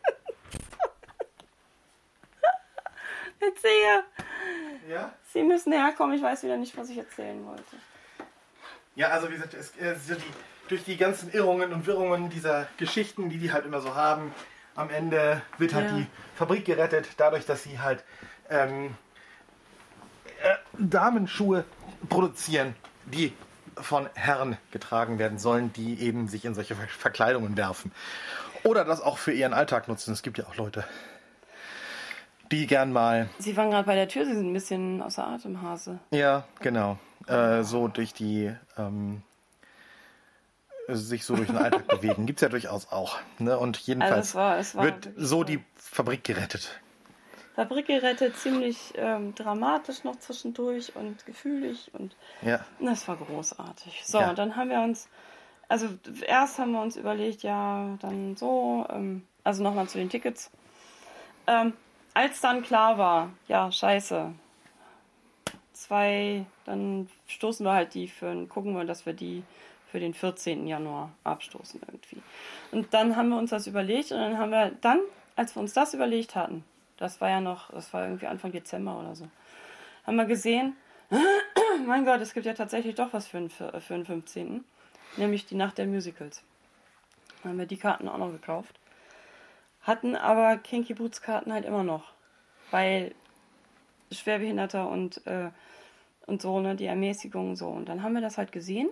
Speaker 1: Erzähl!
Speaker 2: Ja?
Speaker 1: Sie müssen herkommen, ich weiß wieder nicht, was ich erzählen wollte.
Speaker 2: Ja, also wie gesagt, durch die ganzen Irrungen und Wirrungen dieser Geschichten, die halt immer so haben, am Ende wird halt die Fabrik gerettet, dadurch, dass sie halt Damenschuhe produzieren, die von Herren getragen werden sollen, die eben sich in solche Verkleidungen werfen. Oder das auch für ihren Alltag nutzen. Es gibt ja auch Leute, die gern mal...
Speaker 1: Sie waren gerade bei der Tür, Sie sind ein bisschen außer Atem, Hase.
Speaker 2: Ja, genau. So durch die... sich so durch den Alltag bewegen. Gibt es ja durchaus auch. Ne? Und jedenfalls
Speaker 1: also es war
Speaker 2: wird so die Fabrik gerettet.
Speaker 1: Fabrik gerettet, ziemlich dramatisch noch zwischendurch und gefühlig. Und das war großartig. So, und dann haben wir uns... Also erst haben wir uns überlegt, ja, dann so... also nochmal zu den Tickets. Als dann klar war, ja, scheiße, dann stoßen wir halt gucken wir, dass wir die für den 14. Januar abstoßen irgendwie. Und dann haben wir uns das überlegt und dann haben wir als wir uns das überlegt hatten, das war irgendwie Anfang Dezember oder so, haben wir gesehen, mein Gott, es gibt ja tatsächlich doch was für den 15., nämlich die Nacht der Musicals. Dann haben wir die Karten auch noch gekauft. Hatten aber Kinky Boots Karten halt immer noch, weil Schwerbehinderter und so, ne, die Ermäßigung so. Und dann haben wir das halt gesehen.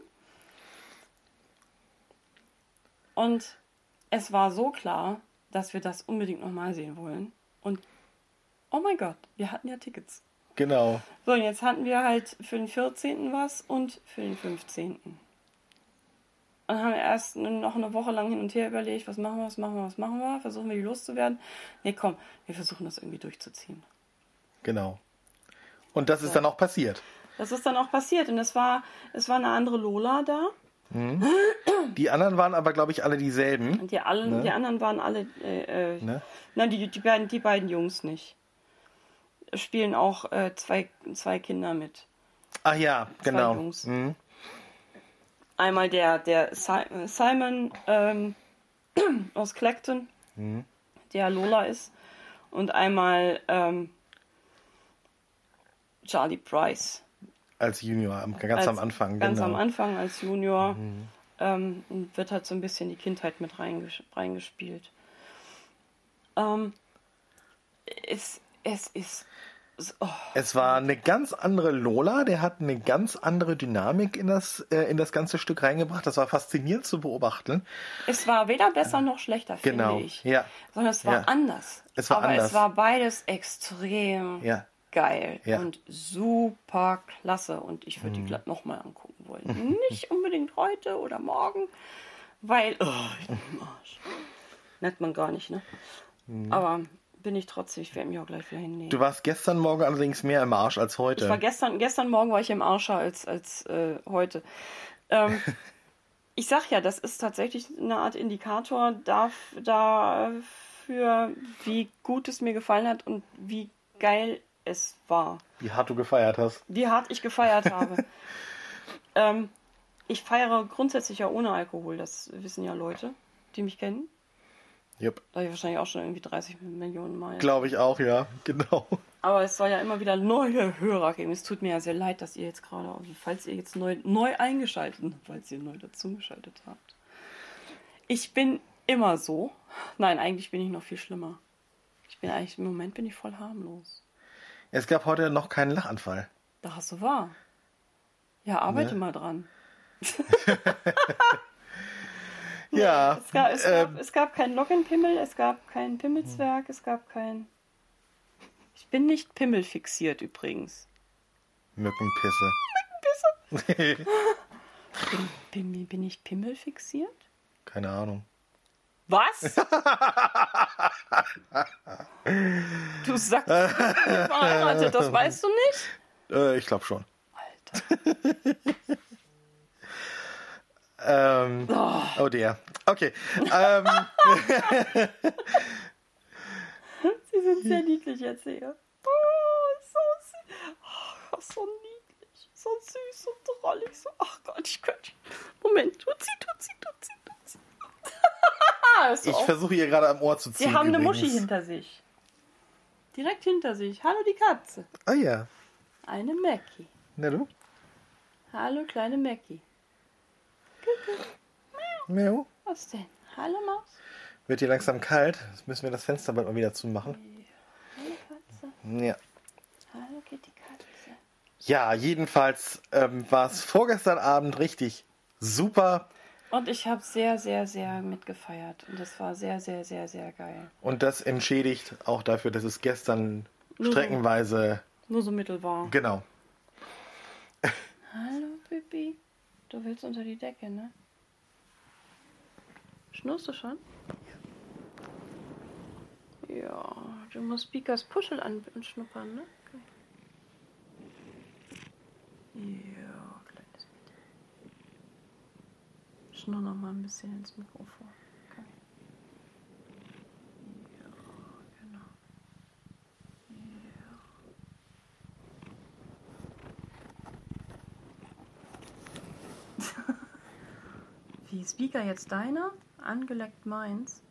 Speaker 1: Und es war so klar, dass wir das unbedingt nochmal sehen wollen. Und oh mein Gott, wir hatten ja Tickets.
Speaker 2: Genau.
Speaker 1: So, und jetzt hatten wir halt für den 14. was und für den 15. Und haben erst noch eine Woche lang hin und her überlegt, was machen wir, versuchen wir die loszuwerden. Nee, komm, wir versuchen das irgendwie durchzuziehen.
Speaker 2: Genau. Und das ist dann auch passiert.
Speaker 1: Das ist dann auch passiert und es war eine andere Lola da.
Speaker 2: Mhm. Die anderen waren aber, glaube ich, alle dieselben.
Speaker 1: Und die anderen waren alle,
Speaker 2: ne?
Speaker 1: Nein, die beiden Jungs nicht. spielen auch zwei Kinder mit.
Speaker 2: Ach ja, genau.
Speaker 1: Zwei Jungs.
Speaker 2: Mhm.
Speaker 1: Einmal der Simon aus Clacton, der Lola ist. Und einmal Charlie Price.
Speaker 2: Als Junior, ganz am Anfang.
Speaker 1: Ganz
Speaker 2: genau.
Speaker 1: am Anfang als Junior. Und wird halt so ein bisschen die Kindheit mit reingespielt. Es ist...
Speaker 2: Es war eine ganz andere Lola, der hat eine ganz andere Dynamik in das ganze Stück reingebracht. Das war faszinierend zu beobachten.
Speaker 1: Es war weder besser noch schlechter,
Speaker 2: Genau,
Speaker 1: finde ich.
Speaker 2: ja.
Speaker 1: Sondern es war anders.
Speaker 2: Es war
Speaker 1: Aber
Speaker 2: anders.
Speaker 1: es war beides extrem geil und super klasse. Und ich würde die glatt nochmal angucken wollen. Nicht unbedingt heute oder morgen, weil ich bin im Arsch. Merkt man gar nicht, ne? Aber bin ich trotzdem, ich werde mich auch gleich wieder hinnehmen.
Speaker 2: Du warst gestern Morgen allerdings mehr im Arsch als heute.
Speaker 1: Ich war gestern Morgen war ich im Arscher als heute. Ich sag ja, das ist tatsächlich eine Art Indikator dafür, wie gut es mir gefallen hat und wie geil es war.
Speaker 2: Wie hart du gefeiert hast.
Speaker 1: Wie hart ich gefeiert habe. Ich feiere grundsätzlich ja ohne Alkohol, das wissen ja Leute, die mich kennen.
Speaker 2: Yep.
Speaker 1: Da habe ich wahrscheinlich auch schon irgendwie 30 Millionen Mal.
Speaker 2: Glaube ich auch, ja, genau.
Speaker 1: Aber es soll ja immer wieder neue Hörer geben. Es tut mir ja sehr leid, dass ihr jetzt gerade, falls ihr jetzt neu eingeschaltet, falls ihr neu dazugeschaltet habt. Ich bin immer so. Nein, eigentlich bin ich noch viel schlimmer. Im Moment bin ich voll harmlos.
Speaker 2: Es gab heute noch keinen Lachanfall.
Speaker 1: Da hast du wahr. Ja, arbeite mal dran.
Speaker 2: Ja.
Speaker 1: Es gab keinen Login-Pimmel, es gab keinen Pimmelzwerg, es gab kein... Ich bin nicht pimmelfixiert übrigens.
Speaker 2: Mückenpisse.
Speaker 1: Bin ich pimmelfixiert?
Speaker 2: Keine Ahnung.
Speaker 1: Was? Du sagst, du bist verheiratet, das weißt du nicht?
Speaker 2: Ich glaube schon.
Speaker 1: Alter.
Speaker 2: Oh dear. Okay.
Speaker 1: Sie sind sehr niedlich jetzt hier. Oh, so niedlich. So süß und drollig. So, ach Gott, ich könnte... Moment, tut sie.
Speaker 2: Ich versuche hier gerade am Ohr zu ziehen.
Speaker 1: Sie haben eine
Speaker 2: übrigens.
Speaker 1: Muschi hinter sich. Direkt hinter sich. Hallo, die Katze.
Speaker 2: Ah ja.
Speaker 1: Eine Mackie.
Speaker 2: Na du?
Speaker 1: Hallo, kleine Mackie.
Speaker 2: Miau.
Speaker 1: Was denn? Hallo, Maus.
Speaker 2: Wird hier langsam kalt. Jetzt müssen wir das Fenster bald mal wieder zumachen.
Speaker 1: Hallo, Katze.
Speaker 2: Ja.
Speaker 1: Hallo, Kitty Katze.
Speaker 2: Ja, jedenfalls war es vorgestern Abend richtig super.
Speaker 1: Und ich habe sehr, sehr, sehr mitgefeiert. Und das war sehr, sehr, sehr, sehr geil.
Speaker 2: Und das entschädigt auch dafür, dass es gestern
Speaker 1: Nur
Speaker 2: streckenweise...
Speaker 1: Nur so mittel war.
Speaker 2: Genau.
Speaker 1: Hallo, Pipi. Du willst unter die Decke, ne? Schnurst du schon? Ja, du musst Pikas Puschel anschnuppern, ne? Okay. Ja, kleines Mädchen. Schnurr noch mal ein bisschen ins Mikrofon. Okay. Ja, genau. Ja. Wie ist Pika jetzt deiner? Angeleckt meins?